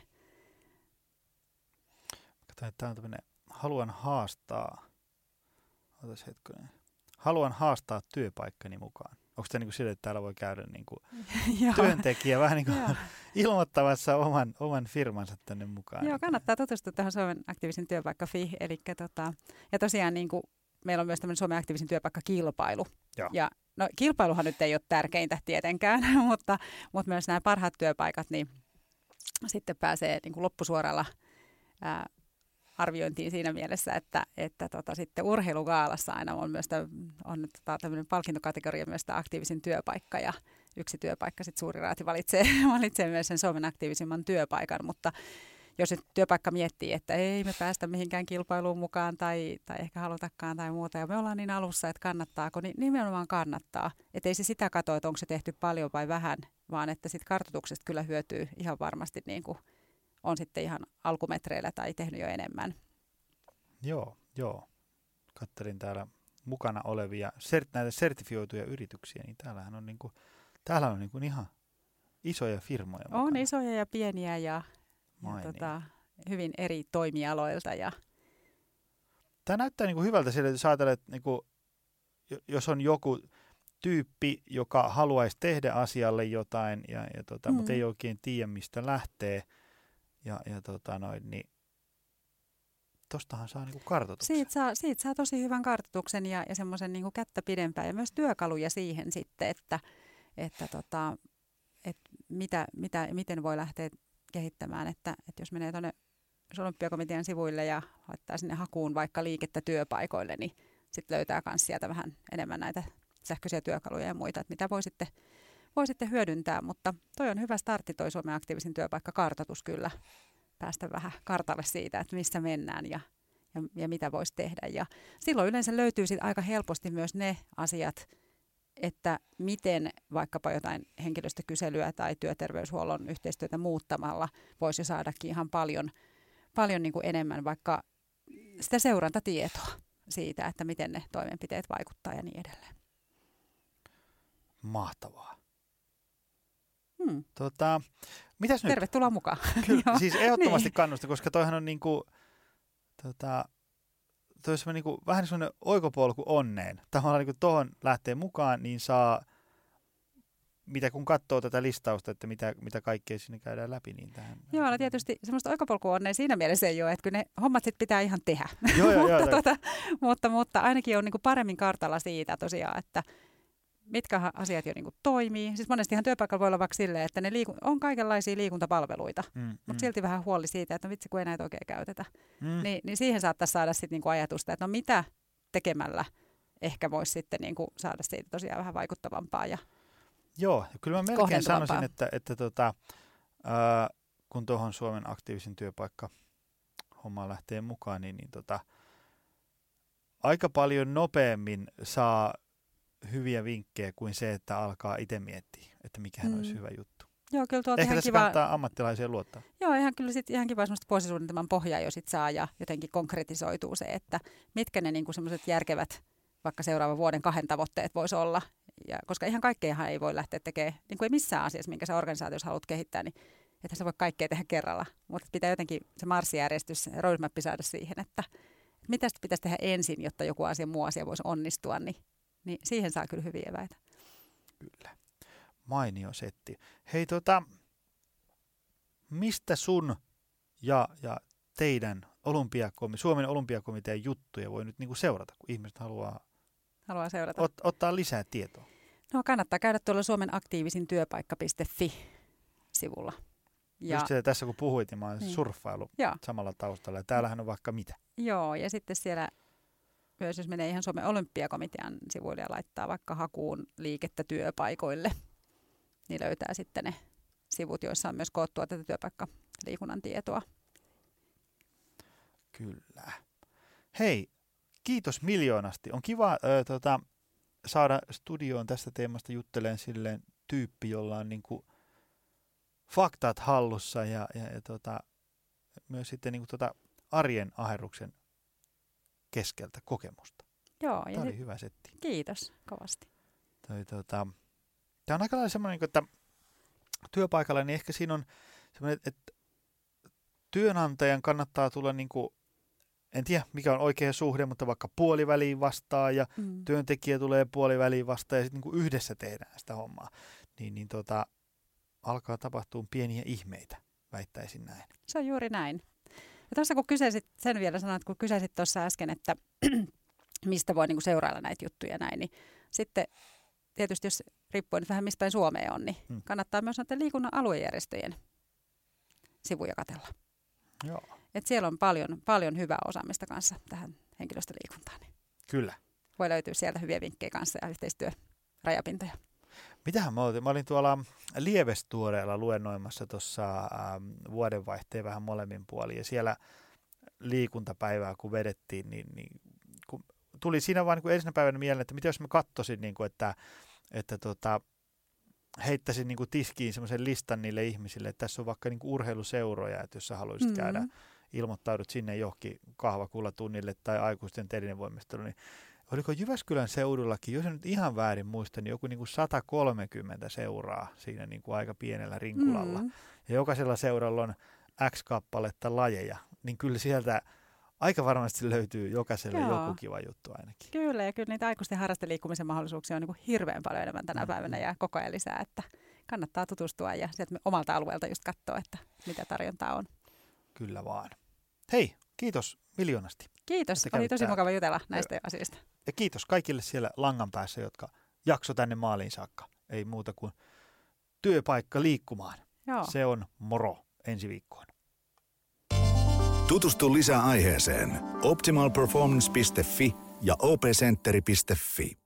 Tämä on tämmöinen, haluan haastaa, otas hetkonen, haluan haastaa työpaikkani mukaan. Onko tämä niin kuin sille, että täällä voi käydä niin kuin työntekijä vähän niin kuin ilmoittamassa oman, oman firmansa tänne mukaan? Joo, kannattaa tutustua tähän Suomen aktiivisen työpaikka Fi. Eli tota, ja tosiaan niin kuin, meillä on myös tämmöinen Suomen aktiivisen työpaikkakilpailu. Joo. Ja no, kilpailuhan nyt ei ole tärkeintä tietenkään, mutta, mutta myös nämä parhaat työpaikat, niin sitten pääsee niin kuin loppusuoralla ää, arviointiin siinä mielessä, että, että tota, sitten urheilugaalassa aina on myös tämä, on tota, tämmöinen palkintokategoria myös tämä aktiivisin työpaikka ja yksi työpaikka sitten suuri raati valitsee, valitsee myös sen Suomen aktiivisimman työpaikan, mutta jos nyt työpaikka miettii, että ei me päästä mihinkään kilpailuun mukaan tai, tai ehkä halutakaan tai muuta ja me ollaan niin alussa, että kannattaako, niin nimenomaan kannattaa. Että ei se sitä katso, että onko se tehty paljon vai vähän, vaan että sitten kartoituksesta kyllä hyötyy ihan varmasti niin kuin on sitten ihan alkumetreillä tai tehnyt jo enemmän. Joo, joo. Katselin täällä mukana olevia sert, näitä sertifioituja yrityksiä, niin täällähän on, niinku, täällä on niinku ihan isoja firmoja mukana. On isoja ja pieniä ja, ja tota, hyvin eri toimialoilta. Ja tämä näyttää niinku hyvältä sille, että jos ajatellaan, että niinku, jos on joku tyyppi, joka haluaisi tehdä asialle jotain, ja, ja tota, mm. mutta ei oikein tiedä, mistä lähtee, Ja, ja tota noin, niin tostahan saa niinku kartoituksen. Siitä saa, siitä saa tosi hyvän kartoituksen ja, ja semmoisen niinku kättä pidempään ja myös työkaluja siihen sitten, että, että tota, et mitä, mitä, miten voi lähteä kehittämään. Että, että jos menee tuonne Olympiakomitean sivuille ja laittaa sinne hakuun vaikka liikettä työpaikoille, niin sitten löytää myös sieltä vähän enemmän näitä sähköisiä työkaluja ja muita, että mitä voi sitten Voi sitten hyödyntää, mutta toi on hyvä startti toi Suomen aktiivisen työpaikkakartoitus kyllä. Päästä vähän kartalle siitä, että missä mennään ja, ja, ja mitä voisi tehdä. Ja silloin yleensä löytyy sit aika helposti myös ne asiat, että miten vaikkapa jotain henkilöstökyselyä tai työterveyshuollon yhteistyötä muuttamalla voisi saadakin ihan paljon, paljon niin kuin enemmän vaikka sitä seurantatietoa siitä, että miten ne toimenpiteet vaikuttaa ja niin edelleen. Mahtavaa. Hmm. Tota, mitäs nyt? Tervetuloa mukaan. Kyllä, siis ehdottomasti niin. Kannusta, koska toihan on niinku, tota, toi on niinku, vähän sellainen oikopolku onneen. Tavallaan niin tuohon lähtee mukaan, niin saa, mitä kun katsoo tätä listausta, että mitä, mitä kaikkea sinne käydään läpi. Niin tähän, joo, no tietysti semmoista oikopolku onneen siinä mielessä ei ole, että kyllä ne hommat sit pitää ihan tehdä. Joo, joo, mutta, joo, tota, mutta, mutta ainakin on niinku paremmin kartalla siitä tosiaan, että mitkä asiat jo niin kuin toimii. Siis monestihan työpaikalla voi olla vaikka silleen, että ne liiku- on kaikenlaisia liikuntapalveluita, mm, mutta mm. silti vähän huoli siitä, että no vitsi kun ei näitä oikein käytetä. Mm. Ni, niin siihen saattaisi saada sitten niinku ajatusta, että no mitä tekemällä ehkä voisi sitten niinku saada siitä tosiaan vähän vaikuttavampaa. Ja joo, ja kyllä mä melkein sanoisin, että, että tota, ää, kun tuohon Suomen aktiivisen työpaikka hommaan lähtee mukaan, niin, niin tota, aika paljon nopeammin saa hyviä vinkkejä kuin se, että alkaa itse miettiä, että mikähän mm. olisi hyvä juttu. Joo, kyllä tuolta ehkä ihan tässä kiva. kannattaa ammattilaisia luottaa. Joo, ihan kyllä sit ihan kiva semmoista vuosisuunnitelman pohjaa jo sit saa ja jotenkin konkretisoituu se, että mitkä ne niinku semmoiset järkevät vaikka seuraavan vuoden kahden tavoitteet voisi olla. Ja, koska ihan kaikkeahan ei voi lähteä tekemään, niin kuin ei missään asiassa, minkä sä organisaatiossa haluat kehittää, niin että sä voi kaikkea tehdä kerralla. Mutta pitää jotenkin se marssijärjestys, roadmap saada siihen, että mitä sitä pitäisi tehdä ensin, jotta joku asia, muu asia voisi onnistua, niin, niin siihen saa kyllä hyviä eväitä. Kyllä. Mainio setti. Hei tota, mistä sun ja, ja teidän olympiakomi, Suomen olympiakomitean juttuja voi nyt niinku seurata, kun ihmiset haluaa, haluaa seurata. Ot, ottaa lisää tietoa? No kannattaa käydä tuolla Suomen aktiivisin työpaikka piste fi-sivulla. Ja, just se, tässä kun puhuit, niin mä oon niin. surffailu ja. samalla taustalla. Ja täällähän on vaikka mitä. Joo, ja sitten siellä myös, jos menee ihan Suomen olympiakomitean sivuille ja laittaa vaikka hakuun liikettä työpaikoille, niin löytää sitten ne sivut, joissa on myös koottua tätä työpaikkaliikunnan tietoa. Kyllä. Hei, kiitos miljoonasti. On kiva äh, tota, saada studioon tästä teemasta jutteleen silleen tyyppi, jolla on niinku faktat hallussa ja, ja, ja tota, myös sitten niinku tota arjen aherruksen keskeltä kokemusta. Joo. Tämä ja oli sit, hyvä setti. Kiitos kovasti. Toi, tota, tämä on aika lailla semmoinen, että työpaikalla niin ehkä siinä on semmoinen, että työnantajan kannattaa tulla niin kuin, en tiedä mikä on oikea suhde, mutta vaikka puoliväliin vastaan ja mm. työntekijä tulee puoliväliin vastaan ja sitten niin kuin yhdessä tehdään sitä hommaa, niin, niin tota, alkaa tapahtua pieniä ihmeitä, väittäisin näin. Se on juuri näin. Ja tuossa kun kysäisit, sen vielä sanoit, kun kysäisit tuossa äsken, että mistä voi niin kuin seurailla näitä juttuja näin, niin sitten tietysti jos riippuu nyt vähän mistä päin Suomea on, niin hmm. kannattaa myös näiden liikunnan aluejärjestöjen sivuja katsella. Joo. Et siellä on paljon, paljon hyvää osaamista kanssa tähän henkilöstöliikuntaan. Niin Kyllä. voi löytyä sieltä hyviä vinkkejä kanssa ja yhteistyörajapintoja. Mitähän mä olin? Mä olin tuolla Lievestuoreella luennoimassa tuossa ähm, vuodenvaihteen vähän molemmin puolin. Ja siellä liikuntapäivää kun vedettiin, niin, niin kun tuli siinä vaan niin ensimmäisenä päivänä mieleen, että mitä jos mä katsoisin, niin kuin, että, että tota, heittäisin niin kuin tiskiin semmoisen listan niille ihmisille, että tässä on vaikka niin kuin urheiluseuroja, että jos sä haluaisit mm-hmm. käydä, ilmoittaudut sinne johonkin kahvakullatunnille tai aikuisten telinevoimistelu, niin oliko Jyväskylän seudullakin, jos en nyt ihan väärin muista, niin joku niin kuin sata kolmekymmentä seuraa siinä niin kuin aika pienellä rinkulalla. Mm-hmm. Ja jokaisella seuralla on X kappaletta lajeja, niin kyllä sieltä aika varmasti löytyy jokaiselle Joo. joku kiva juttu ainakin. Kyllä, ja kyllä niitä aikuisten harrasteliikkumisen mahdollisuuksia on niin kuin hirveän paljon enemmän tänä mm-hmm. päivänä ja koko ajan lisää, että kannattaa tutustua ja sieltä omalta alueelta just katsoa, että mitä tarjontaa on. Kyllä vaan. Hei, kiitos miljoonasti. Kiitos, oli tosi mukava jutella näistä asioista. Ja kiitos kaikille siellä langan päässä, jotka jakso tänne maaliin saakka. Ei muuta kuin työpaikka liikkumaan. Joo. Se on moro ensi viikkoon. Tutustu lisää aiheeseen optimal performance piste fi ja o p centeri piste fi.